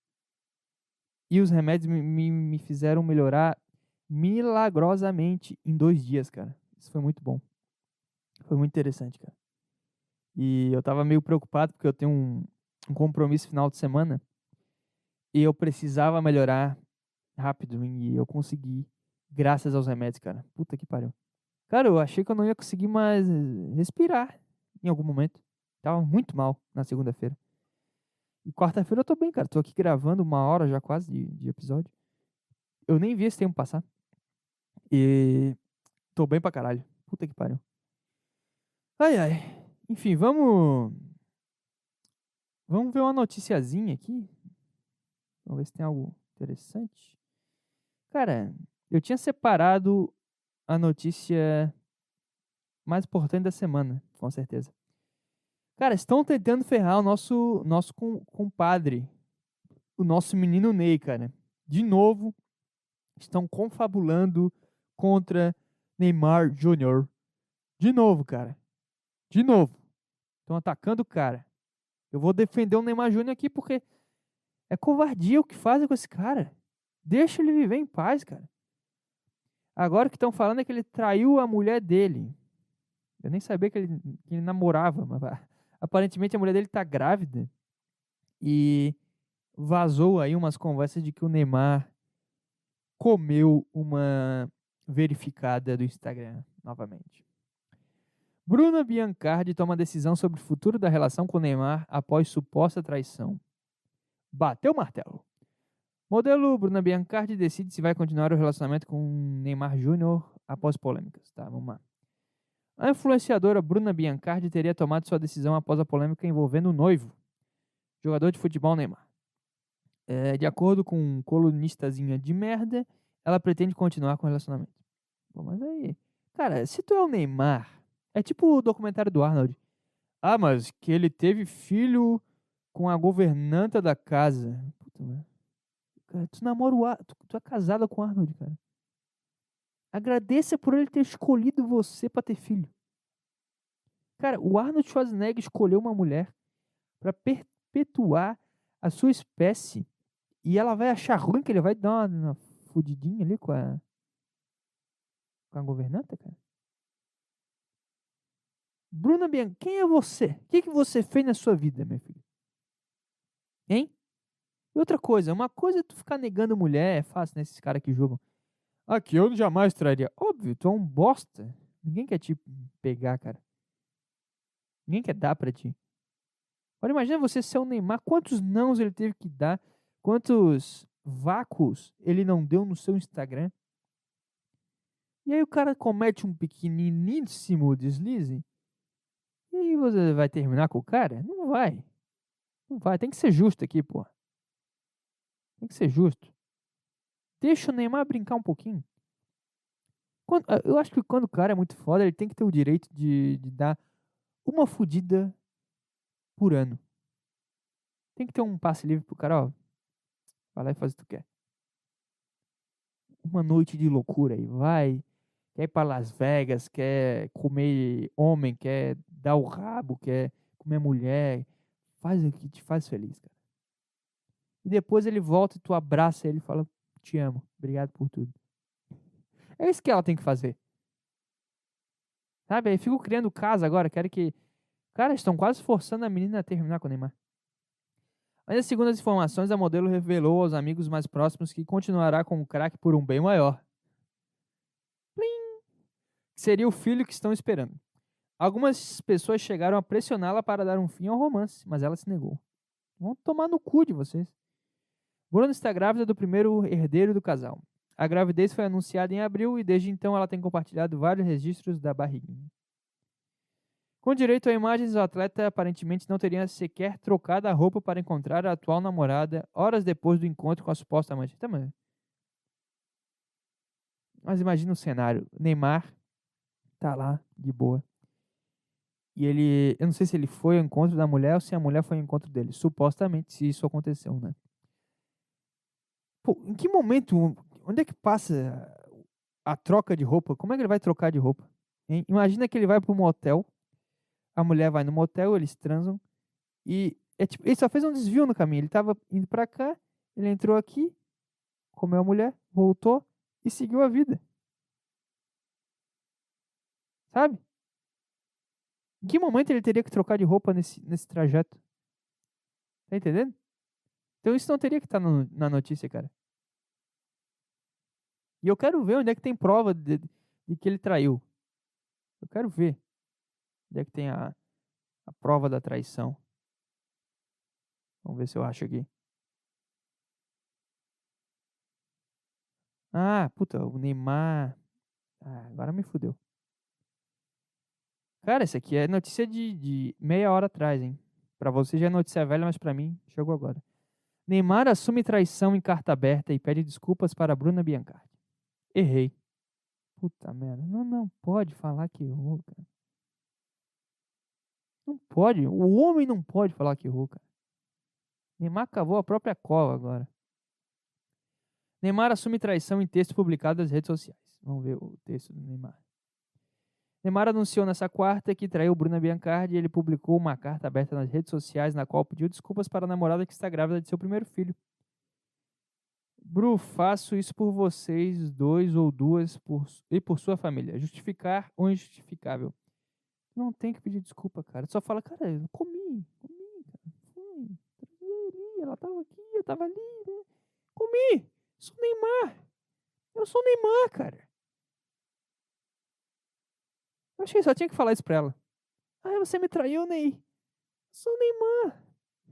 e os remédios me, me, me fizeram melhorar milagrosamente em dois dias, cara. Isso foi muito bom. Foi muito interessante, cara. E eu tava meio preocupado porque eu tenho um, um compromisso final de semana e eu precisava melhorar rápido e eu consegui, graças aos remédios, cara. Puta que pariu. Cara, eu achei que eu não ia conseguir mais eh, respirar em algum momento. Tava muito mal na segunda-feira. E quarta-feira eu tô bem, cara. Tô aqui gravando uma hora já quase de, de episódio. Eu nem vi esse tempo passar. E tô bem pra caralho. Puta que pariu. Ai, ai. Enfim, vamos. Vamos ver uma noticiazinha aqui. Vamos ver se tem algo interessante. Cara, eu tinha separado a notícia mais importante da semana, com certeza. Cara, estão tentando ferrar o nosso, nosso com- compadre, o nosso menino Ney, cara. De novo, estão confabulando contra Neymar Júnior. De novo, cara. De novo. Estão atacando o cara. Eu vou defender o Neymar Júnior aqui porque é covardia o que fazem com esse cara. Deixa ele viver em paz, cara. Agora o que estão falando é que ele traiu a mulher dele. Eu nem sabia que ele, que ele namorava, mas ah, aparentemente a mulher dele tá grávida. E vazou aí umas conversas de que o Neymar comeu uma verificada do Instagram novamente. Bruna Biancardi toma decisão sobre o futuro da relação com Neymar após suposta traição. Bateu o martelo. Modelo Bruna Biancardi decide se vai continuar o relacionamento com Neymar Júnior após polêmicas. Tá, vamos lá. A influenciadora Bruna Biancardi teria tomado sua decisão após a polêmica envolvendo o noivo, jogador de futebol Neymar. É, de acordo com um colunistazinha de merda, ela pretende continuar com o relacionamento. Pô, mas aí, cara, se tu é o Neymar, é tipo o documentário do Arnold. Ah, mas que ele teve filho com a governanta da casa. Puta, mano. Cara, tu namora o Ar... tu, tu é casada com o Arnold, cara. Agradeça por ele ter escolhido você pra ter filho. Cara, o Arnold Schwarzenegger escolheu uma mulher pra perpetuar a sua espécie e ela vai achar ruim que ele vai dar uma, uma fudidinha ali com a, com a governanta, cara. Bruna Biancardi, quem é você? O que, que você fez na sua vida, minha filha? Hein? E outra coisa, uma coisa é tu ficar negando mulher, é fácil, né? Esses caras que jogam. Aqui eu jamais traria. Óbvio, tu é um bosta. Ninguém quer te pegar, cara. Ninguém quer dar pra ti. Agora imagina você ser o Neymar. Quantos nãos ele teve que dar? Quantos vácuos ele não deu no seu Instagram? E aí o cara comete um pequeniníssimo deslize. E aí você vai terminar com o cara? Não vai. Não vai. Tem que ser justo aqui, pô. Tem que ser justo. Deixa o Neymar brincar um pouquinho. Quando- ah, eu acho que quando o cara é muito foda, ele tem que ter o direito de, de dar uma fudida por ano. Tem que ter um passe livre pro cara, ó. Vai lá e faz o que tu quer. Uma noite de loucura aí, vai. Quer ir pra Las Vegas, quer comer homem, quer dar o rabo, quer comer mulher. Faz o que te faz feliz, cara. E depois ele volta e tu abraça ele e fala, te amo, obrigado por tudo. É isso que ela tem que fazer. Sabe? Aí fico criando casa agora, quero que... Cara, estão quase forçando a menina a terminar com o Neymar. Mas, segundo as informações, a modelo revelou aos amigos mais próximos que continuará com o craque por um bem maior. Plim! Seria o filho que estão esperando. Algumas pessoas chegaram a pressioná-la para dar um fim ao romance, mas ela se negou. Vão tomar no cu de vocês. Bruna está grávida do primeiro herdeiro do casal. A gravidez foi anunciada em abril e desde então ela tem compartilhado vários registros da barriguinha. Com direito a imagens, o atleta aparentemente não teria sequer trocado a roupa para encontrar a atual namorada horas depois do encontro com a suposta amante. Tá, mas... mas imagina o cenário. Neymar tá lá, de boa. E ele... Eu não sei se ele foi ao encontro da mulher ou se a mulher foi ao encontro dele. Supostamente, se isso aconteceu, né? Pô, em que momento... Onde é que passa a troca de roupa? Como é que ele vai trocar de roupa? Hein? Imagina que ele vai para um motel. A mulher vai no motel, eles transam. E é tipo, ele só fez um desvio no caminho. Ele tava indo pra cá, ele entrou aqui, comeu a mulher, voltou e seguiu a vida. Sabe? Em que momento ele teria que trocar de roupa nesse, nesse trajeto? Tá entendendo? Então isso não teria que estar no- na notícia, cara. E eu quero ver onde é que tem prova de, de que ele traiu. Eu quero ver onde é que tem a, a prova da traição. Vamos ver se eu acho aqui. Ah, puta, o Neymar. Ah, agora me fudeu. Cara, essa aqui é notícia de, de meia hora atrás, hein? Pra você já é notícia velha, mas pra mim chegou agora. Neymar assume traição em carta aberta e pede desculpas para Bruna Biancardi. Errei. Puta merda. Não, não pode falar que errou, cara. Não pode. O homem não pode falar que errou, cara. Neymar cavou a própria cova agora. Neymar assume traição em texto publicado nas redes sociais. Vamos ver o texto do Neymar. Neymar anunciou nessa quarta que traiu Bruna Biancardi e ele publicou uma carta aberta nas redes sociais na qual pediu desculpas para a namorada que está grávida de seu primeiro filho. Bru, faço isso por vocês dois ou duas por, e por sua família. Justificar o injustificável. Não tem que pedir desculpa, cara. Só fala, cara, eu comi, comi, cara. Foi, trazei ali, ela tava aqui, eu tava ali, né? Comi! Sou Neymar! Eu sou Neymar, cara. Eu achei que só tinha que falar isso pra ela. Ah, você me traiu, Ney. Eu sou Neymar.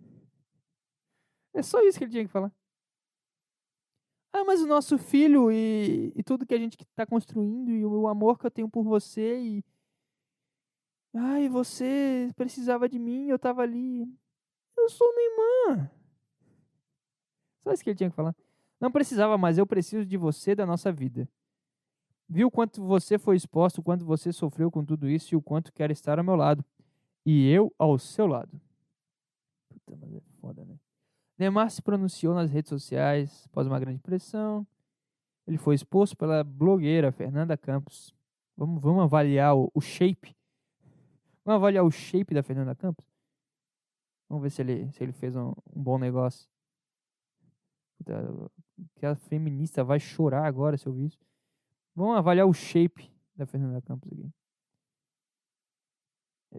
É só isso que ele tinha que falar. Ah, mas o nosso filho e, e tudo que a gente tá construindo e o amor que eu tenho por você e... Ai, você precisava de mim, eu tava ali. Eu sou o Neymar. Só isso que ele tinha que falar. Não precisava, mas eu preciso de você da nossa vida. Viu o quanto você foi exposto, o quanto você sofreu com tudo isso e o quanto quer estar ao meu lado. E eu ao seu lado. Puta, mas é foda, né? Neymar se pronunciou nas redes sociais após uma grande pressão. Ele foi exposto pela blogueira Fernanda Campos. Vamos, vamos avaliar o, o shape. Vamos avaliar o shape da Fernanda Campos? Vamos ver se ele, se ele fez um, um bom negócio. Puta, que a feminista vai chorar agora se eu ouvir isso. Vamos avaliar o shape da Fernanda Campos aqui.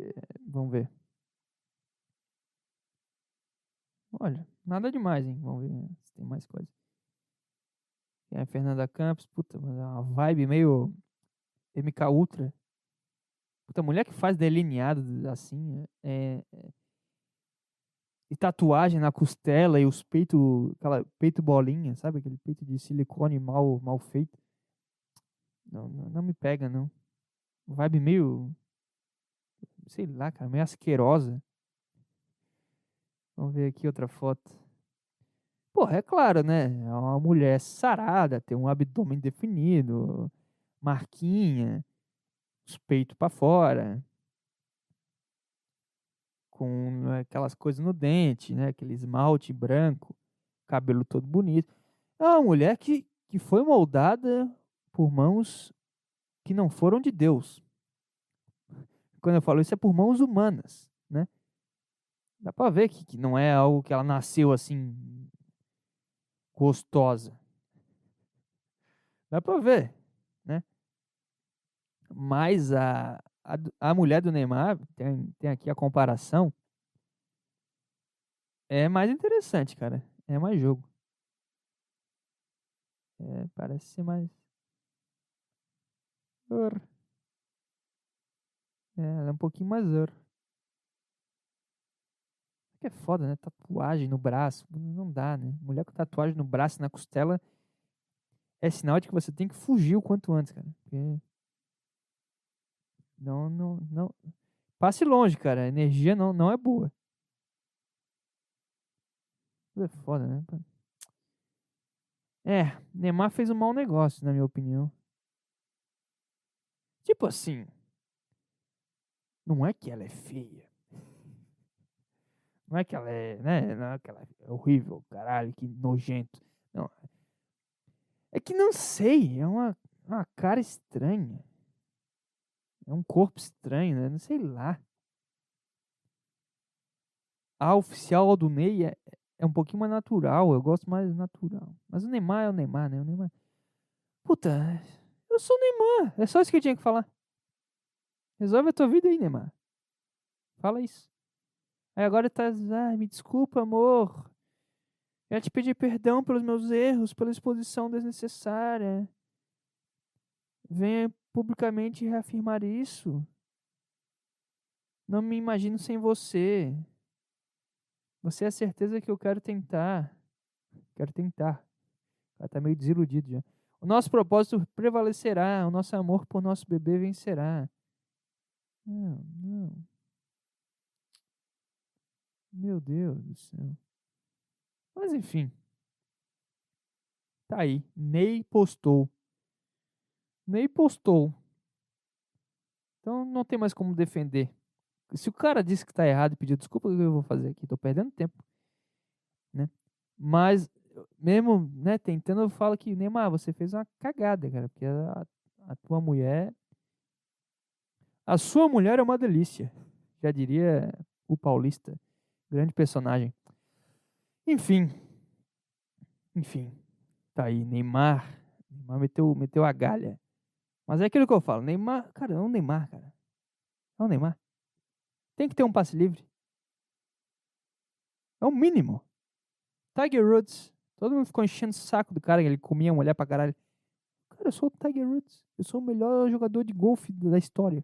Vamos ver. Olha, nada demais, hein? Vamos ver se tem mais coisa. Tem a Fernanda Campos, puta, mas é uma vibe meio M K Ultra. Puta, mulher que faz delineado assim, é, é- e tatuagem na costela e os peitos, aquela peito bolinha, sabe? Aquele peito de silicone mal, mal feito. Não, não, não me pega, não. Vibe meio, sei lá, cara, meio asquerosa. Vamos ver aqui outra foto. Porra, é claro, né? É uma mulher sarada, tem um abdômen definido, marquinha, os peitos pra fora, com aquelas coisas no dente, né? Aquele esmalte branco, cabelo todo bonito. É uma mulher que, que foi moldada por mãos que não foram de Deus. Quando eu falo isso é por mãos humanas, né? Dá pra ver que, que não é algo que ela nasceu assim, gostosa. Dá pra ver, né? Mas a, a, a mulher do Neymar, tem, tem aqui a comparação, é mais interessante, cara. É mais jogo. É, parece ser mais. Ur. É, ela é um pouquinho mais ur. Que é foda, né? Tatuagem no braço. Não dá, né? Mulher com tatuagem no braço e na costela é sinal de que você tem que fugir o quanto antes, cara. Porque não, não, não. Passe longe, cara. A energia não, não é boa. É foda, né? É, Neymar fez um mau negócio, na minha opinião. Tipo assim, não é que ela é feia. Não é que ela é, né? Não é que ela é horrível, caralho, que nojento. Não. É que não sei, é uma, uma cara estranha. É um corpo estranho, né? Não sei lá. A oficial do Ney é, é um pouquinho mais natural. Eu gosto mais natural. Mas o Neymar é o Neymar, né? O Neymar. Puta, eu sou o Neymar. É só isso que eu tinha que falar. Resolve a tua vida aí, Neymar. Fala isso. Aí agora tá. Ah, me desculpa, amor. Eu te pedi perdão pelos meus erros, pela exposição desnecessária. Venha publicamente reafirmar isso. Não me imagino sem você. Você é a certeza que eu quero tentar. Quero tentar. Ela tá meio desiludido já. O nosso propósito prevalecerá. O nosso amor por nosso bebê vencerá. Não, não. Meu Deus do céu. Mas enfim. Tá aí. Ney postou. Ney postou. Então não tem mais como defender. Se o cara disse que tá errado e pediu desculpa, o que eu vou fazer aqui? Tô perdendo tempo, né? Mas, mesmo, né, tentando, eu falo que, Neymar, você fez uma cagada, cara, porque a, a tua mulher, a sua mulher é uma delícia, já diria o Paulista, grande personagem. Enfim, enfim, tá aí, Neymar, Neymar meteu, meteu a galha. Mas é aquilo que eu falo, Neymar, cara, é um Neymar, cara, é um Neymar. Tem que ter um passe livre, é o mínimo. Tiger Woods, todo mundo ficou enchendo o saco do cara, que ele comia mulher pra caralho. Cara, eu sou o Tiger Woods. Eu sou o melhor jogador de golfe da história.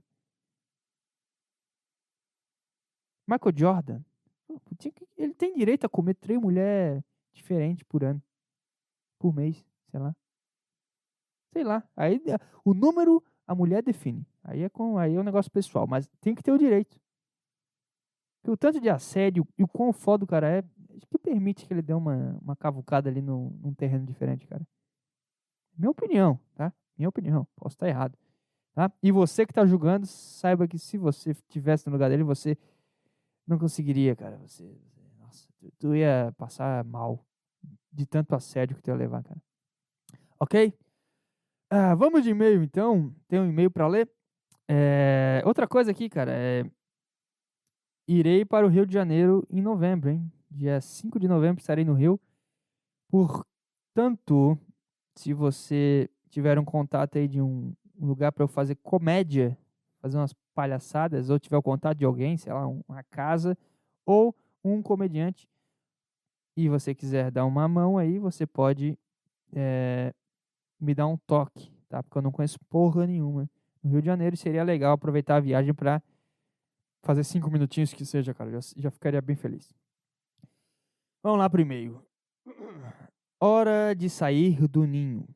Michael Jordan. Ele tem direito a comer três mulheres diferentes por ano. Por mês, sei lá. Sei lá. Aí o número a mulher define. Aí é, com, aí é um negócio pessoal. Mas tem que ter o direito. Porque o tanto de assédio e o quão foda o cara é, acho que permite que ele dê uma, uma cavucada ali no, num terreno diferente, cara. Minha opinião, tá? Minha opinião. Posso estar errado. Tá? E você que está julgando, saiba que se você estivesse no lugar dele, você não conseguiria, cara. Você, nossa, tu, tu ia passar mal de tanto assédio que tu ia levar, cara. Ok? Ah, vamos de e-mail, então. Tem um e-mail para ler. É, outra coisa aqui, cara, é, irei para o Rio de Janeiro em novembro, hein? Dia cinco de novembro estarei no Rio. Portanto, se você tiver um contato aí de um, um lugar para eu fazer comédia, fazer umas palhaçadas ou tiver o contato de alguém, sei lá, uma casa ou um comediante, e você quiser dar uma mão aí, você pode é, me dar um toque, tá? Porque eu não conheço porra nenhuma. No Rio de Janeiro seria legal aproveitar a viagem para fazer cinco minutinhos que seja, cara. Já, já ficaria bem feliz. Vamos lá pro e-mail. Hora de sair do ninho.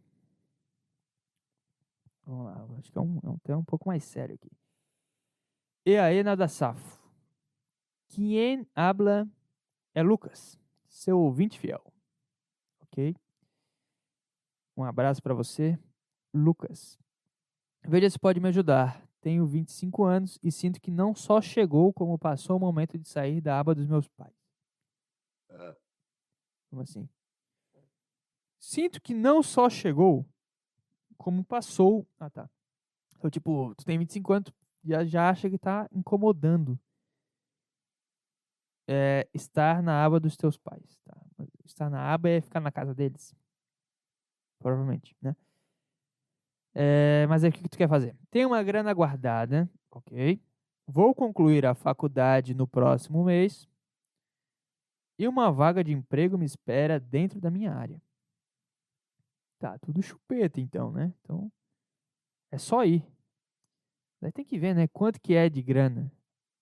Vamos lá, acho que é um, é um tema um pouco mais sério aqui. E aí, nada safo. Quem habla é Lucas, seu ouvinte fiel. Ok? Um abraço para você, Lucas. Veja se pode me ajudar. Tenho vinte e cinco anos e sinto que não só chegou, como passou o momento de sair da aba dos meus pais. Como assim? Sinto que não só chegou, como passou. Ah, tá. Então, tipo, tu tem vinte e cinco anos, já, já acha que tá incomodando é, estar na aba dos teus pais. Tá? Estar na aba é ficar na casa deles. Provavelmente, né? É, mas aí o que, que tu quer fazer? Tem uma grana guardada, ok? Vou concluir a faculdade no próximo mês e uma vaga de emprego me espera dentro da minha área. Tá, tudo chupeta então, né? Então, é só ir. Daí tem que ver, né? Quanto que é de grana.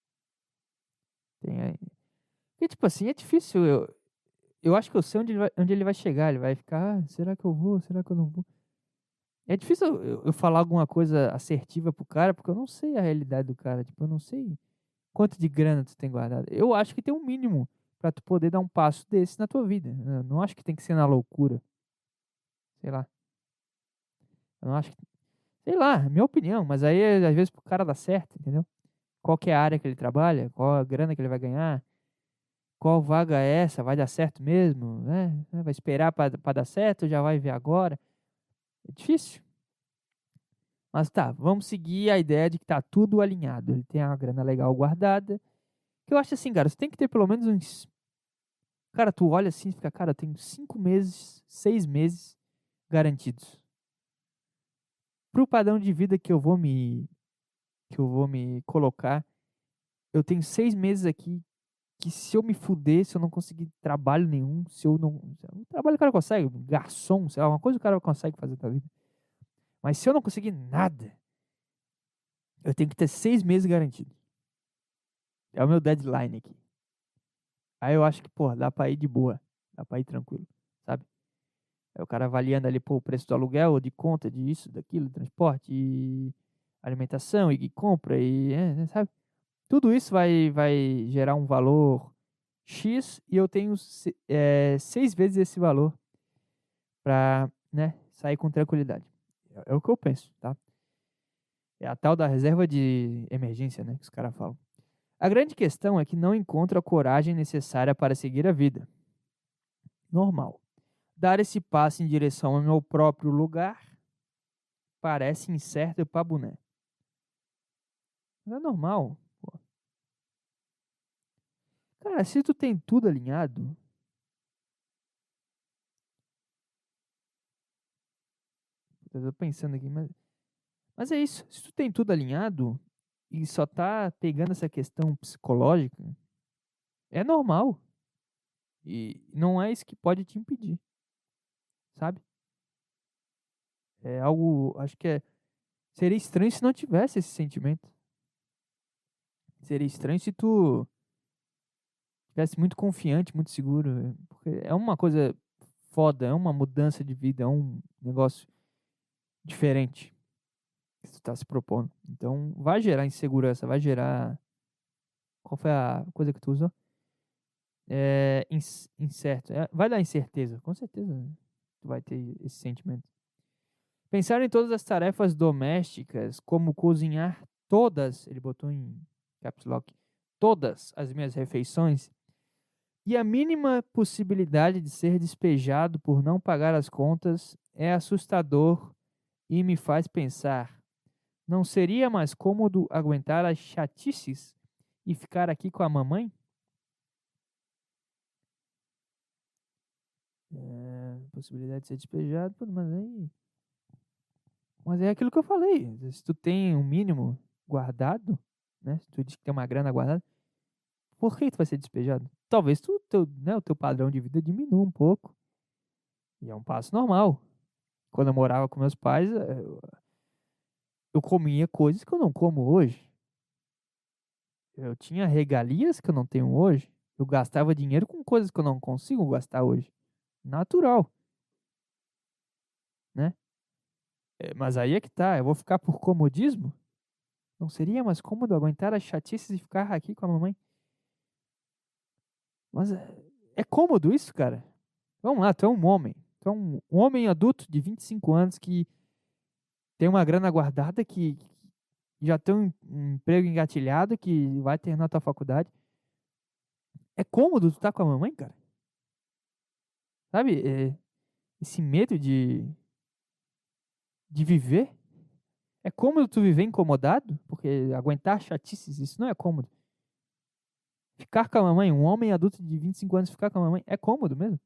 Tem aí. Porque, tipo assim, é difícil. Eu, eu acho que eu sei onde ele vai, onde ele vai chegar. Ele vai ficar, ah, será que eu vou? Será que eu não vou? É difícil eu, eu falar alguma coisa assertiva pro cara, porque eu não sei a realidade do cara. Tipo, eu não sei quanto de grana tu tem guardado. Eu acho que tem um mínimo pra tu poder dar um passo desse na tua vida. Eu não acho que tem que ser na loucura. Sei lá. Eu não acho que... Sei lá, é minha opinião. Mas aí, às vezes, pro cara dá certo, entendeu? Qual que é a área que ele trabalha? Qual a grana que ele vai ganhar? Qual vaga é essa? Vai dar certo mesmo? Né? Vai esperar pra pra dar certo ou já vai ver agora? É difícil. Mas tá, vamos seguir a ideia de que tá tudo alinhado. Ele tem uma grana legal guardada. Que eu acho assim, cara, você tem que ter pelo menos uns. Cara, tu olha assim e fica, cara, eu tenho cinco meses, seis meses garantidos. Pro padrão de vida que eu vou me. Que eu vou me colocar, eu tenho seis meses aqui que se eu me fuder, se eu não conseguir trabalho nenhum, se eu não. O trabalho o cara consegue, garçom, sei lá, uma coisa o cara consegue fazer da vida. Mas se eu não conseguir nada, eu tenho que ter seis meses garantidos. É o meu deadline aqui. Aí eu acho que, pô, dá pra ir de boa. Dá pra ir tranquilo, sabe? Aí o cara avaliando ali, pô, o preço do aluguel, de conta, de isso, daquilo, transporte, e alimentação, e compra, e, é, né, sabe? Tudo isso vai, vai gerar um valor X e eu tenho se- é, seis vezes esse valor pra, né, sair com tranquilidade. É, é o que eu penso, tá? É a tal da reserva de emergência, né, que os caras falam. A grande questão é que não encontro a coragem necessária para seguir a vida. Normal. Dar esse passo em direção ao meu próprio lugar parece incerto pra boné. Mas é normal. Pô. Cara, se tu tem tudo alinhado, eu tô pensando aqui, mas, mas é isso. Se tu tem tudo alinhado e só tá pegando essa questão psicológica, é normal. E não é isso que pode te impedir, sabe? É algo, acho que é, seria estranho se não tivesse esse sentimento. Seria estranho se tu tivesse muito confiante, muito seguro. é, Porque é uma coisa foda, é uma mudança de vida, é um negócio diferente que tu tá se propondo. Então, vai gerar insegurança, vai gerar. Qual foi a coisa que tu usou? É, ins- incerto. É, vai dar incerteza, com certeza. Né? Tu vai ter esse sentimento. Pensar em todas as tarefas domésticas, como cozinhar todas, ele botou em caps lock, todas as minhas refeições, e a mínima possibilidade de ser despejado por não pagar as contas é assustador e me faz pensar: não seria mais cômodo aguentar as chatices e ficar aqui com a mamãe? É, possibilidade de ser despejado, pô, mas aí. Mas é aquilo que eu falei. Se tu tem um mínimo guardado, né? Se tu diz que tem uma grana guardada, por que tu vai ser despejado? Talvez tu, teu, né, o teu padrão de vida diminua um pouco. E é um passo normal. Quando eu morava com meus pais, eh, eu, eu comia coisas que eu não como hoje. Eu tinha regalias que eu não tenho hoje. Eu gastava dinheiro com coisas que eu não consigo gastar hoje. Natural, né? É, mas aí é que tá. Eu vou ficar por comodismo? Não seria mais cômodo aguentar as chatices e ficar aqui com a mamãe? Mas é, é cômodo isso, cara? Vamos lá, tu é um homem. Tu é um, um homem adulto de vinte e cinco anos que tem uma grana guardada, que, que já tem um, um emprego engatilhado, que vai terminar a tua faculdade. É cômodo tu tá com a mamãe, cara? Sabe? É, esse medo de, de viver. É cômodo tu viver incomodado? Porque aguentar chatices, isso não é cômodo. Ficar com a mamãe, um homem adulto de vinte e cinco anos ficar com a mamãe, é cômodo mesmo,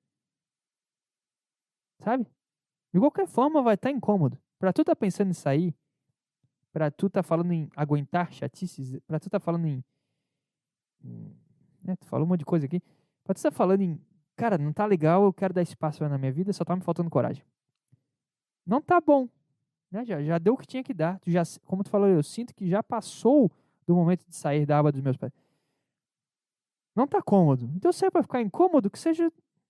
sabe? De qualquer forma vai estar incômodo. Pra tu tá pensando em sair, pra tu tá falando em aguentar chatices, pra tu tá falando em... em né, tu falou um monte de coisa aqui. Pra tu tá falando em, cara, não tá legal, eu quero dar espaço na minha vida, só tá me faltando coragem. Não tá bom, né? Já, já deu o que tinha que dar. Tu já, como tu falou, eu sinto que já passou do momento de sair da aba dos meus pais. Não tá cômodo. Então, se é pra ficar incômodo, que seja,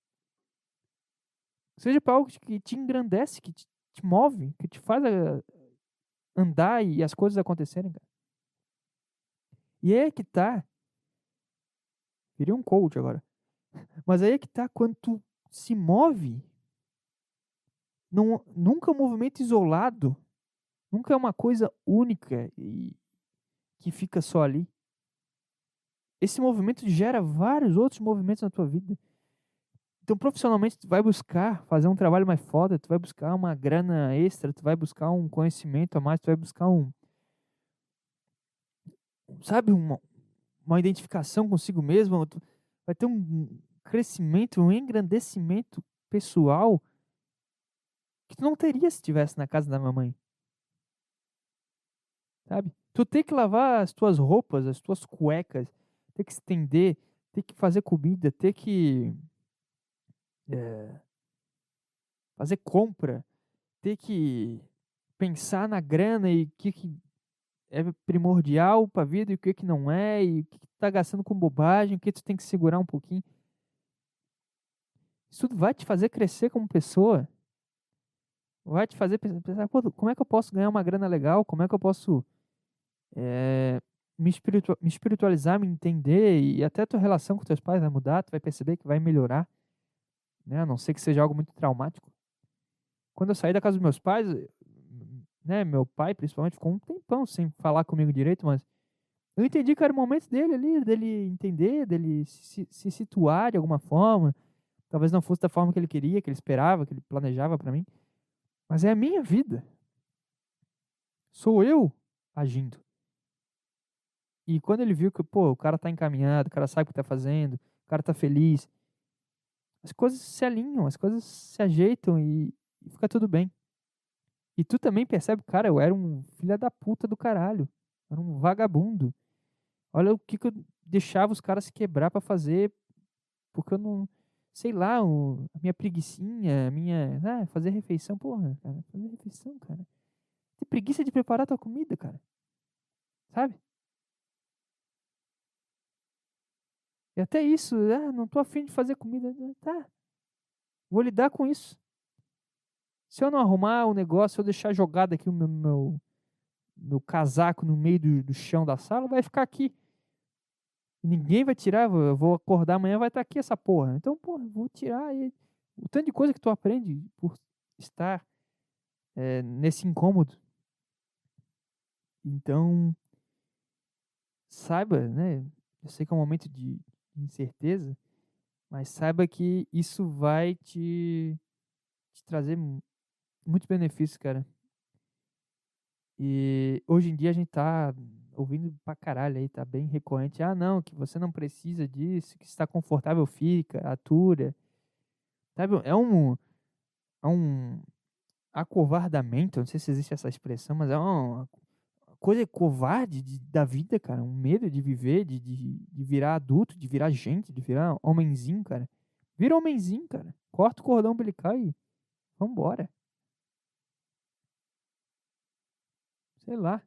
seja pra algo que te engrandece, que te, te move, que te faz a- andar e as coisas acontecerem, cara. E aí é que tá. Virei um coach agora. Mas aí é que tá, quando tu se move, não, nunca é um movimento isolado, nunca é uma coisa única e que fica só ali. Esse movimento gera vários outros movimentos na tua vida. Então, profissionalmente, tu vai buscar fazer um trabalho mais foda, tu vai buscar uma grana extra, tu vai buscar um conhecimento a mais, tu vai buscar um, sabe, uma, uma identificação consigo mesmo, tu vai ter um crescimento, um engrandecimento pessoal que tu não teria se estivesse na casa da mamãe, sabe? Tu ter que lavar as tuas roupas, as tuas cuecas, ter que estender, ter que fazer comida, ter que é, fazer compra, ter que pensar na grana e o que, que é primordial para a vida e o que, que não é, e o que, que tu tá gastando com bobagem, o que tu tem que segurar um pouquinho. Isso tudo vai te fazer crescer como pessoa, vai te fazer pensar, pô, como é que eu posso ganhar uma grana legal, como é que eu posso é, me, espiritua me espiritualizar, me entender, e até a tua relação com teus pais vai mudar, tu vai perceber que vai melhorar, né? A não ser que seja algo muito traumático. Quando eu saí da casa dos meus pais, né, meu pai principalmente ficou um tempão sem falar comigo direito, mas eu entendi que era o momento dele ali, dele entender, dele se, se situar de alguma forma. Talvez não fosse da forma que ele queria, que ele esperava, que ele planejava pra mim, mas é a minha vida. Sou eu agindo. E quando ele viu que, pô, o cara tá encaminhado, o cara sabe o que tá fazendo, o cara tá feliz, as coisas se alinham, as coisas se ajeitam e, e fica tudo bem. E tu também percebe, cara, eu era um filho da puta do caralho. Era um vagabundo. Olha o que, que eu deixava os caras se quebrar pra fazer, porque eu não, sei lá, o, a minha preguicinha, a minha, ah, fazer refeição, porra, cara, fazer refeição, cara. Tem preguiça de preparar tua comida, cara. Sabe? E até isso, ah, não tô afim de fazer comida. Tá, vou lidar com isso. Se eu não arrumar o negócio, se eu deixar jogado aqui o meu, meu, meu casaco no meio do, do chão da sala, vai ficar aqui. E ninguém vai tirar, eu vou acordar amanhã, vai estar aqui essa porra. Então, porra, vou tirar. E, o tanto de coisa que tu aprende por estar é, nesse incômodo. Então, saiba, né? Eu sei que é um momento de incerteza, mas saiba que isso vai te, te trazer mu- muitos benefícios, cara. E hoje em dia a gente tá ouvindo pra caralho aí, tá bem recorrente. Ah, não, que você não precisa disso, que está confortável, fica, atura. Sabe, é um, é um acovardamento, não sei se existe essa expressão, mas é um coisa covarde de, da vida, cara. Um medo de viver, de, de, de virar adulto, de virar gente, de virar homenzinho, cara. Vira homenzinho, cara. Corta o cordão umbilical e vambora. Sei lá.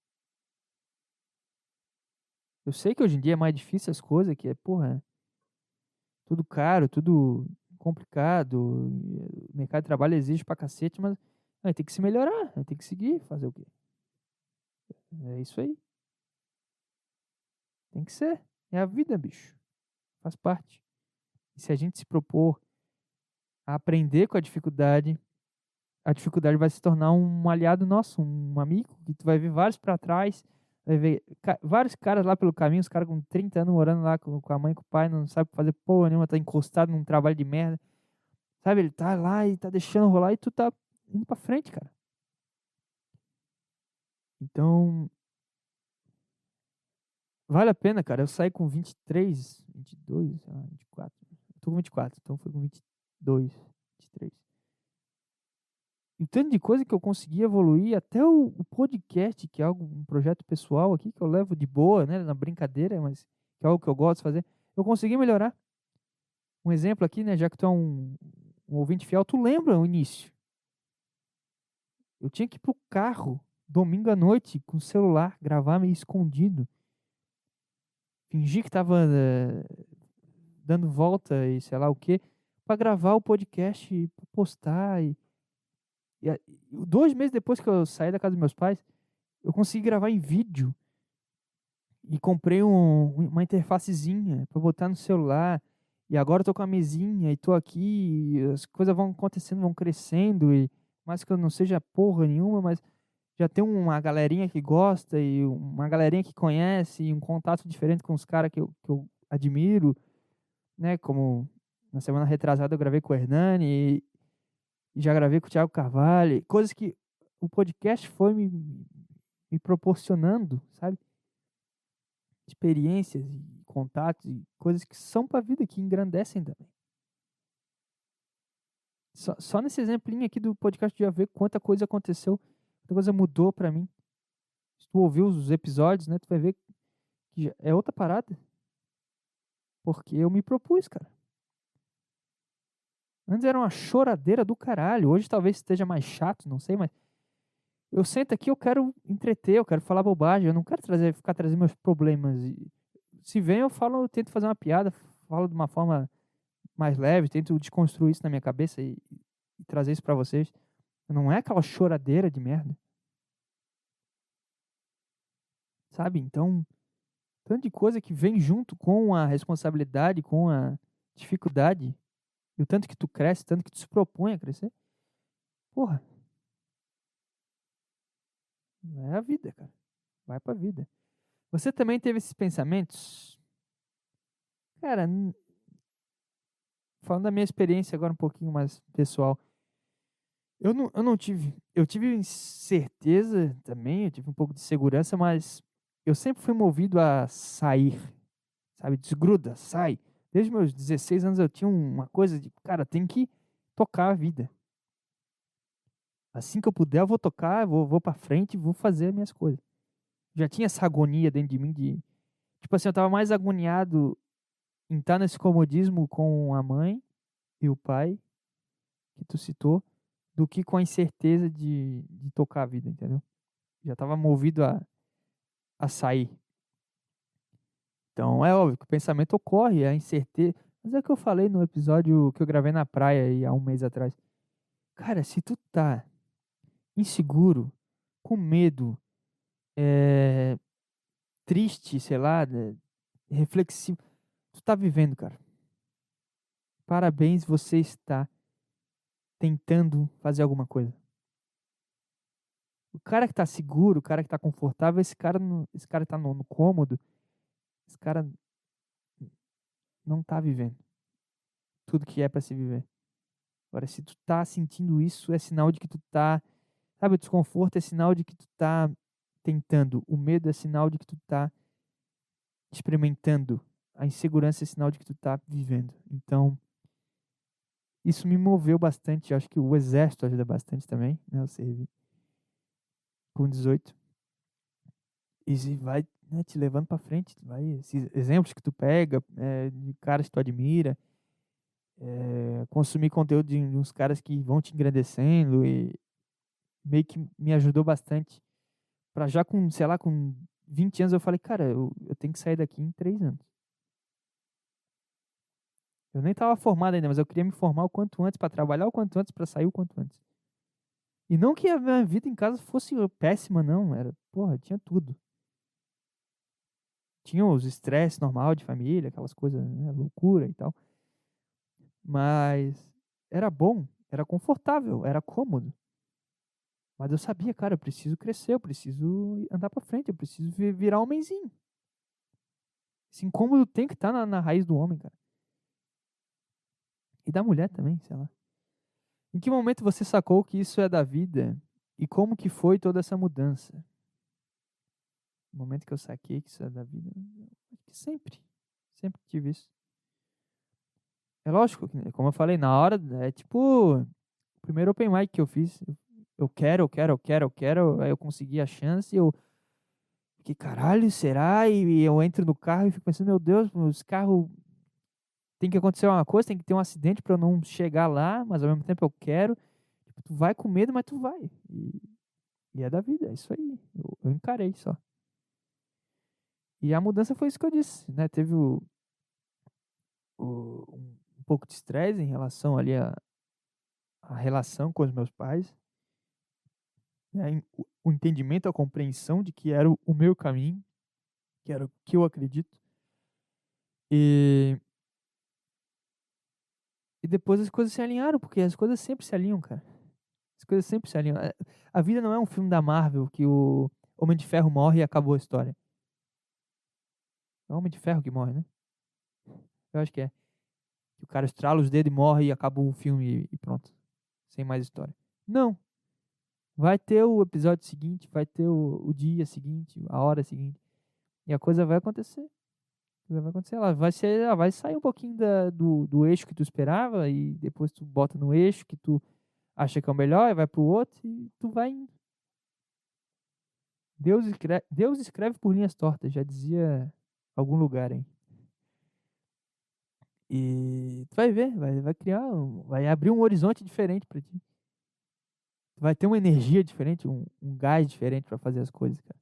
Eu sei que hoje em dia é mais difícil as coisas, que é, porra, tudo caro, tudo complicado. O mercado de trabalho exige pra cacete, mas aí tem que se melhorar, aí tem que seguir, fazer o quê? É isso aí. Tem que ser. É a vida, bicho. Faz parte. E se a gente se propor a aprender com a dificuldade, a dificuldade vai se tornar um aliado nosso, um amigo, que tu vai ver vários pra trás, vai ver ca- vários caras lá pelo caminho, os caras com trinta anos morando lá com, com a mãe e com o pai, não sabe fazer porra nenhuma, tá encostado num trabalho de merda. Sabe, ele tá lá e tá deixando rolar e tu tá indo pra frente, cara. Então, vale a pena, cara. Eu saí com vinte e três, vinte e dois, sei lá, vinte e quatro. Eu tô com vinte e quatro, então foi com vinte e dois, vinte e três. E o tanto de coisa que eu consegui evoluir, até o, o podcast, que é algo, um projeto pessoal aqui, que eu levo de boa, né, na brincadeira, mas que é algo que eu gosto de fazer, eu consegui melhorar. Um exemplo aqui, né, já que tu é um, um ouvinte fiel, tu lembra o início? Eu tinha que ir pro carro, domingo à noite, com o celular, gravar meio escondido. Fingir que tava eh, dando volta e sei lá o quê, pra gravar o podcast e postar. E, e a- dois meses depois que eu saí da casa dos meus pais, eu consegui gravar em vídeo. E comprei um, uma interfacezinha pra botar no celular. E agora eu tô com a mesinha e tô aqui. E as coisas vão acontecendo, vão crescendo. E mais que eu não seja porra nenhuma, mas já tem uma galerinha que gosta e uma galerinha que conhece e um contato diferente com os caras que eu, que eu admiro, né? Como na semana retrasada eu gravei com o Hernani e, e já gravei com o Thiago Carvalho. e Coisas que o podcast foi me, me proporcionando, sabe? Experiências e contatos e coisas que são pra vida, que engrandecem também. Só, só nesse exemplinho aqui do podcast já vê quanta coisa aconteceu, quanta coisa mudou pra mim. Se tu ouviu os episódios, né, tu vai ver que já é outra parada. Porque eu me propus, cara. Antes era uma choradeira do caralho. Hoje talvez esteja mais chato, não sei, mas eu sento aqui, eu quero entreter, eu quero falar bobagem, eu não quero trazer, ficar trazendo meus problemas. E se vem, eu falo, eu tento fazer uma piada, falo de uma forma mais leve, tento desconstruir isso na minha cabeça e, e trazer isso pra vocês. Não é aquela choradeira de merda, sabe? Então, tanto de coisa que vem junto com a responsabilidade, com a dificuldade, e o tanto que tu cresce, tanto que tu se propõe a crescer. Porra, é a vida, cara. Vai pra vida. Você também teve esses pensamentos? Cara, n- falando da minha experiência agora um pouquinho mais pessoal, eu não, eu não tive, eu tive certeza também, eu tive um pouco de segurança, mas eu sempre fui movido a sair, sabe? Desgruda, sai. Desde meus dezesseis anos eu tinha uma coisa de, cara, tem que tocar a vida. Assim que eu puder, eu vou tocar, vou, vou pra frente, vou fazer as minhas coisas. Já tinha essa agonia dentro de mim de, tipo assim, eu tava mais agoniado em estar nesse comodismo com a mãe e o pai, que tu citou, do que com a incerteza de, de tocar a vida, entendeu? Já tava movido a, a sair. Então, é óbvio que o pensamento ocorre, a incerteza. Mas é o que eu falei no episódio que eu gravei na praia aí há um mês atrás. Cara, se tu tá inseguro, com medo, é, triste, sei lá, né, reflexivo, tu tá vivendo, cara. Parabéns, você está tentando fazer alguma coisa. O cara que tá seguro, o cara que tá confortável, esse cara, não- esse cara tá no, no cômodo, esse cara não tá vivendo tudo que é pra se viver. Agora, se tu tá sentindo isso, é sinal de que tu tá, sabe, o desconforto é sinal de que tu tá tentando, o medo é sinal de que tu tá experimentando, a insegurança é sinal de que tu tá vivendo. Então, isso me moveu bastante, eu acho que o exército ajuda bastante também, né, eu servi com dezoito. E se vai, né, te levando pra frente, vai, esses exemplos que tu pega, é, de caras que tu admira, é, consumir conteúdo de uns caras que vão te engrandecendo e meio que me ajudou bastante. Pra já com, sei lá, com vinte anos eu falei, cara, eu, eu tenho que sair daqui em três anos. Eu nem tava formado ainda, mas eu queria me formar o quanto antes pra trabalhar o quanto antes, pra sair o quanto antes. E não que a minha vida em casa fosse péssima, não. Era, porra, tinha tudo. Tinha os estresses normal de família, aquelas coisas, né, loucura e tal. Mas era bom, era confortável, era cômodo. Mas eu sabia, cara, eu preciso crescer, eu preciso andar pra frente, eu preciso vi- virar homenzinho. Esse incômodo tem que estar na, na raiz do homem, cara. E da mulher também, sei lá. Em que momento você sacou que isso é da vida? E como que foi toda essa mudança? No momento que eu saquei que isso é da vida, acho que sempre, sempre tive isso. É lógico, que, como eu falei, na hora, é tipo, o primeiro open mic que eu fiz, eu, eu quero, eu quero, eu quero, eu quero, aí eu consegui a chance, eu fiquei, caralho, será? E eu entro no carro e fico pensando, meu Deus, os carros, tem que acontecer uma coisa, tem que ter um acidente pra eu não chegar lá, mas ao mesmo tempo eu quero. Tipo, tu vai com medo, mas tu vai. E, e é da vida, é isso aí. Eu, eu encarei só. E a mudança foi isso que eu disse, né? Teve o, o- um, um pouco de estresse em relação ali à à relação com os meus pais, né? Em- O, o entendimento, a compreensão de que era o, o meu caminho, que era o que eu acredito. E, e depois as coisas se alinharam, porque as coisas sempre se alinham, cara. As coisas sempre se alinham. É, a vida não é um filme da Marvel que o Homem de Ferro morre e acabou a história. É o Homem de Ferro que morre, né? Eu acho que é. Que o cara estrala os dedos e morre e acaba o filme e pronto. Sem mais história. Não. Vai ter o episódio seguinte, vai ter o, o dia seguinte, a hora seguinte. E a coisa vai acontecer. A coisa vai acontecer. Ela vai ser, ela vai sair um pouquinho da, do, do eixo que tu esperava e depois tu bota no eixo que tu acha que é o melhor e vai pro outro e tu vai indo. Deus escreve, Deus escreve por linhas tortas, já dizia algum lugar, hein? E tu vai ver, vai, vai criar, um- vai abrir um horizonte diferente pra ti. Tu vai ter uma energia diferente, um, um gás diferente pra fazer as coisas, cara.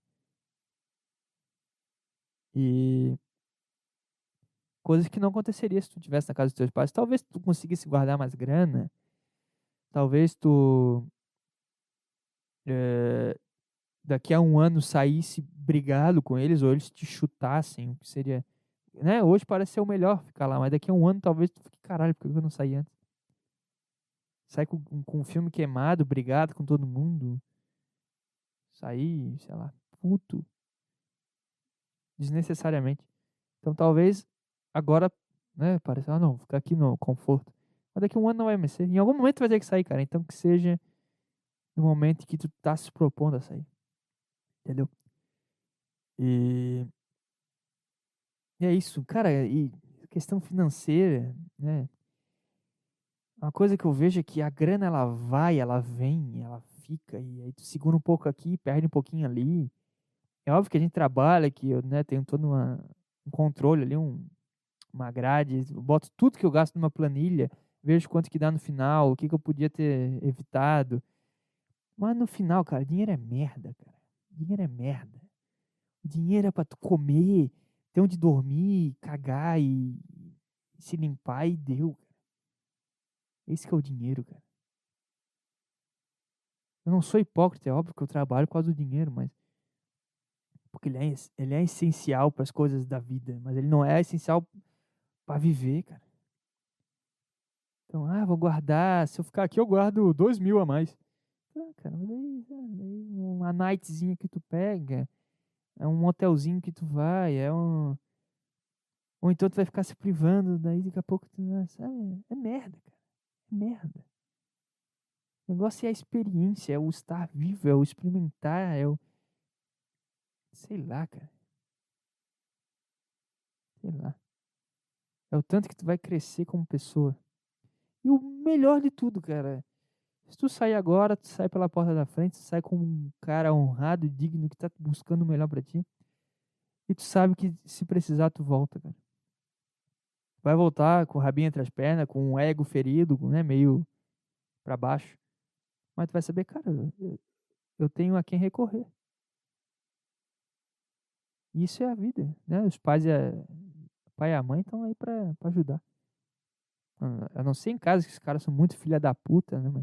E coisas que não aconteceria se tu tivesse na casa dos teus pais. Talvez tu conseguisse guardar mais grana, talvez tu eh, daqui a um ano saísse brigado com eles ou eles te chutassem, o que seria, né? Hoje parece ser o melhor ficar lá, mas daqui a um ano talvez tu fique, caralho, por que eu não saí antes? Sai com, com, com o filme queimado, brigado com todo mundo, sair, sei lá, puto, desnecessariamente. Então talvez agora, né, pareça, ah não, vou ficar aqui no conforto. Mas daqui a um ano não vai mais ser. Em algum momento vai ter que sair, cara. Então que seja no momento que tu tá se propondo a sair. Entendeu? E, e é isso, cara. E questão financeira, né? Uma coisa que eu vejo é que a grana ela vai, ela vem, ela fica. E aí tu segura um pouco aqui, perde um pouquinho ali. É óbvio que a gente trabalha, que eu, né, tenho todo uma, um controle ali, um, uma grade. Eu boto tudo que eu gasto numa planilha, vejo quanto que dá no final, o que, que eu podia ter evitado. Mas no final, cara, dinheiro é merda, cara. Dinheiro é merda. Dinheiro é pra tu comer, ter onde dormir, cagar e se limpar e deu, cara. Esse que é o dinheiro, cara. Eu não sou hipócrita, é óbvio que eu trabalho por causa do dinheiro, mas porque ele é, es- ele é essencial para as coisas da vida, mas ele não é essencial para viver, cara. Então, ah, vou guardar, se eu ficar aqui eu guardo dois mil a mais. Ah, cara, mas aí, aí uma nightzinha que tu pega, é um hotelzinho que tu vai, é um. Ou então tu vai ficar se privando, daí daqui a pouco tu. Sabe? É merda, cara. É merda. O negócio é a experiência, é o estar vivo, é o experimentar, é o. Sei lá, cara. Sei lá. É o tanto que tu vai crescer como pessoa. E o melhor de tudo, cara. Se tu sair agora, tu sai pela porta da frente, tu sai como um cara honrado e digno que tá buscando o melhor pra ti. E tu sabe que se precisar, tu volta, cara. Vai voltar com o rabinho entre as pernas, com o ego ferido, né? Meio pra baixo. Mas tu vai saber, cara, eu, eu tenho a quem recorrer. Isso é a vida, né? Os pais e a, o pai e a mãe estão aí pra, pra ajudar. A não ser em casa que esses caras são muito filha da puta, né? Mas,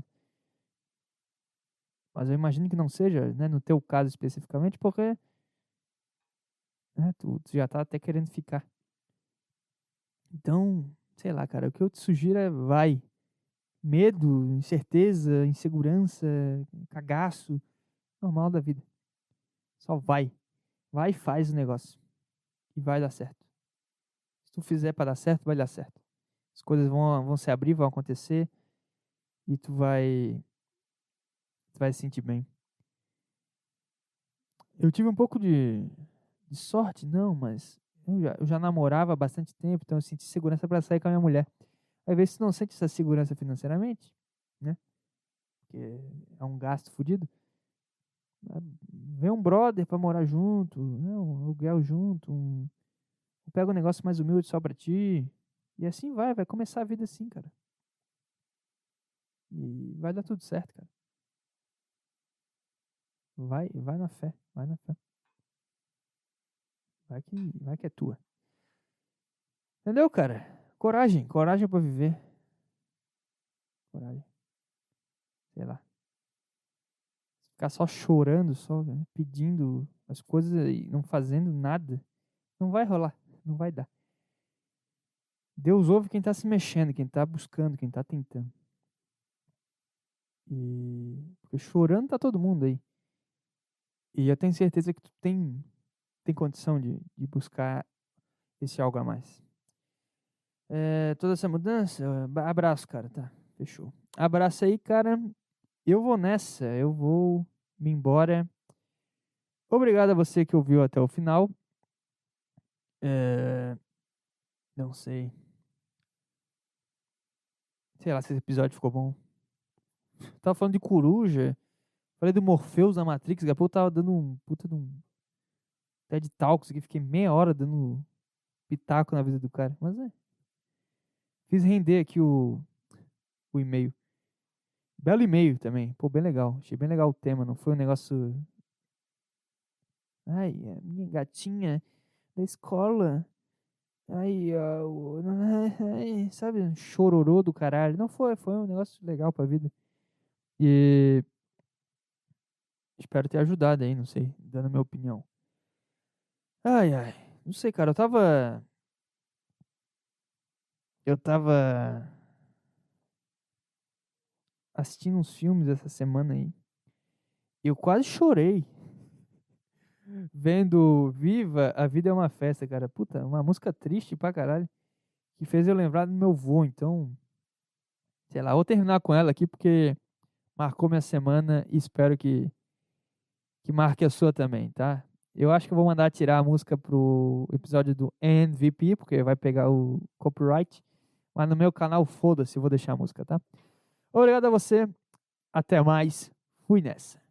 mas eu imagino que não seja, né? No teu caso especificamente, porque né, tu, tu já tá até querendo ficar. Então, sei lá, cara, o que eu te sugiro é vai. Medo, incerteza, insegurança, cagaço, normal da vida. Só vai. Vai e faz o negócio. E vai dar certo. Se tu fizer pra dar certo, vai dar certo. As coisas vão, vão se abrir, vão acontecer. E tu vai. Tu vai se sentir bem. Eu tive um pouco de, de sorte, não, mas eu já, eu já namorava há bastante tempo, então eu senti segurança pra sair com a minha mulher. Às vezes tu não sente essa segurança financeiramente, né? Porque é um gasto fodido. Vem um brother pra morar junto, né? Um aluguel junto, um... pega um negócio mais humilde só pra ti. E assim vai, vai começar a vida assim, cara. E vai dar tudo certo, cara. Vai, vai na fé, vai na fé. Vai que, vai que é tua. Entendeu, cara? Coragem, coragem pra viver. Coragem. Sei lá. Ficar só chorando, só né, pedindo as coisas e não fazendo nada. Não vai rolar, não vai dar. Deus ouve quem tá se mexendo, quem tá buscando, quem tá tentando. E porque chorando tá todo mundo aí. E eu tenho certeza que tu tem, tem condição de, de buscar esse algo a mais. É, toda essa mudança, abraço, cara, tá? Fechou. Abraço aí, cara. Eu vou nessa, eu vou me embora. Obrigado a você que ouviu até o final. É, não sei. Sei lá se esse episódio ficou bom. Tava falando de coruja. Falei do Morpheus da Matrix. Daqui a pouco eu tava dando um puta de um TED Talks aqui. Fiquei meia hora dando pitaco na vida do cara. Mas é. Fiz render aqui o, o e-mail. Belo e-mail também. Pô, bem legal. Achei bem legal o tema. Não foi um negócio. Ai, a minha gatinha da escola. Ai, ó, o- ai, sabe? Um chororô do caralho. Não foi, foi um negócio legal pra vida. E espero ter ajudado aí, não sei, dando a minha opinião. Ai, ai. Não sei, cara. Eu tava. Eu tava assistindo uns filmes essa semana aí. Eu quase chorei vendo Viva, a Vida é uma Festa, cara. Puta, uma música triste pra caralho. Que fez eu lembrar do meu vô. Então, sei lá, vou terminar com ela aqui porque marcou minha semana e espero que, que marque a sua também, tá? Eu acho que eu vou mandar tirar a música pro episódio do M V P, porque vai pegar o copyright. Mas no meu canal, foda-se, eu vou deixar a música, tá? Obrigado a você. Até mais. Fui nessa.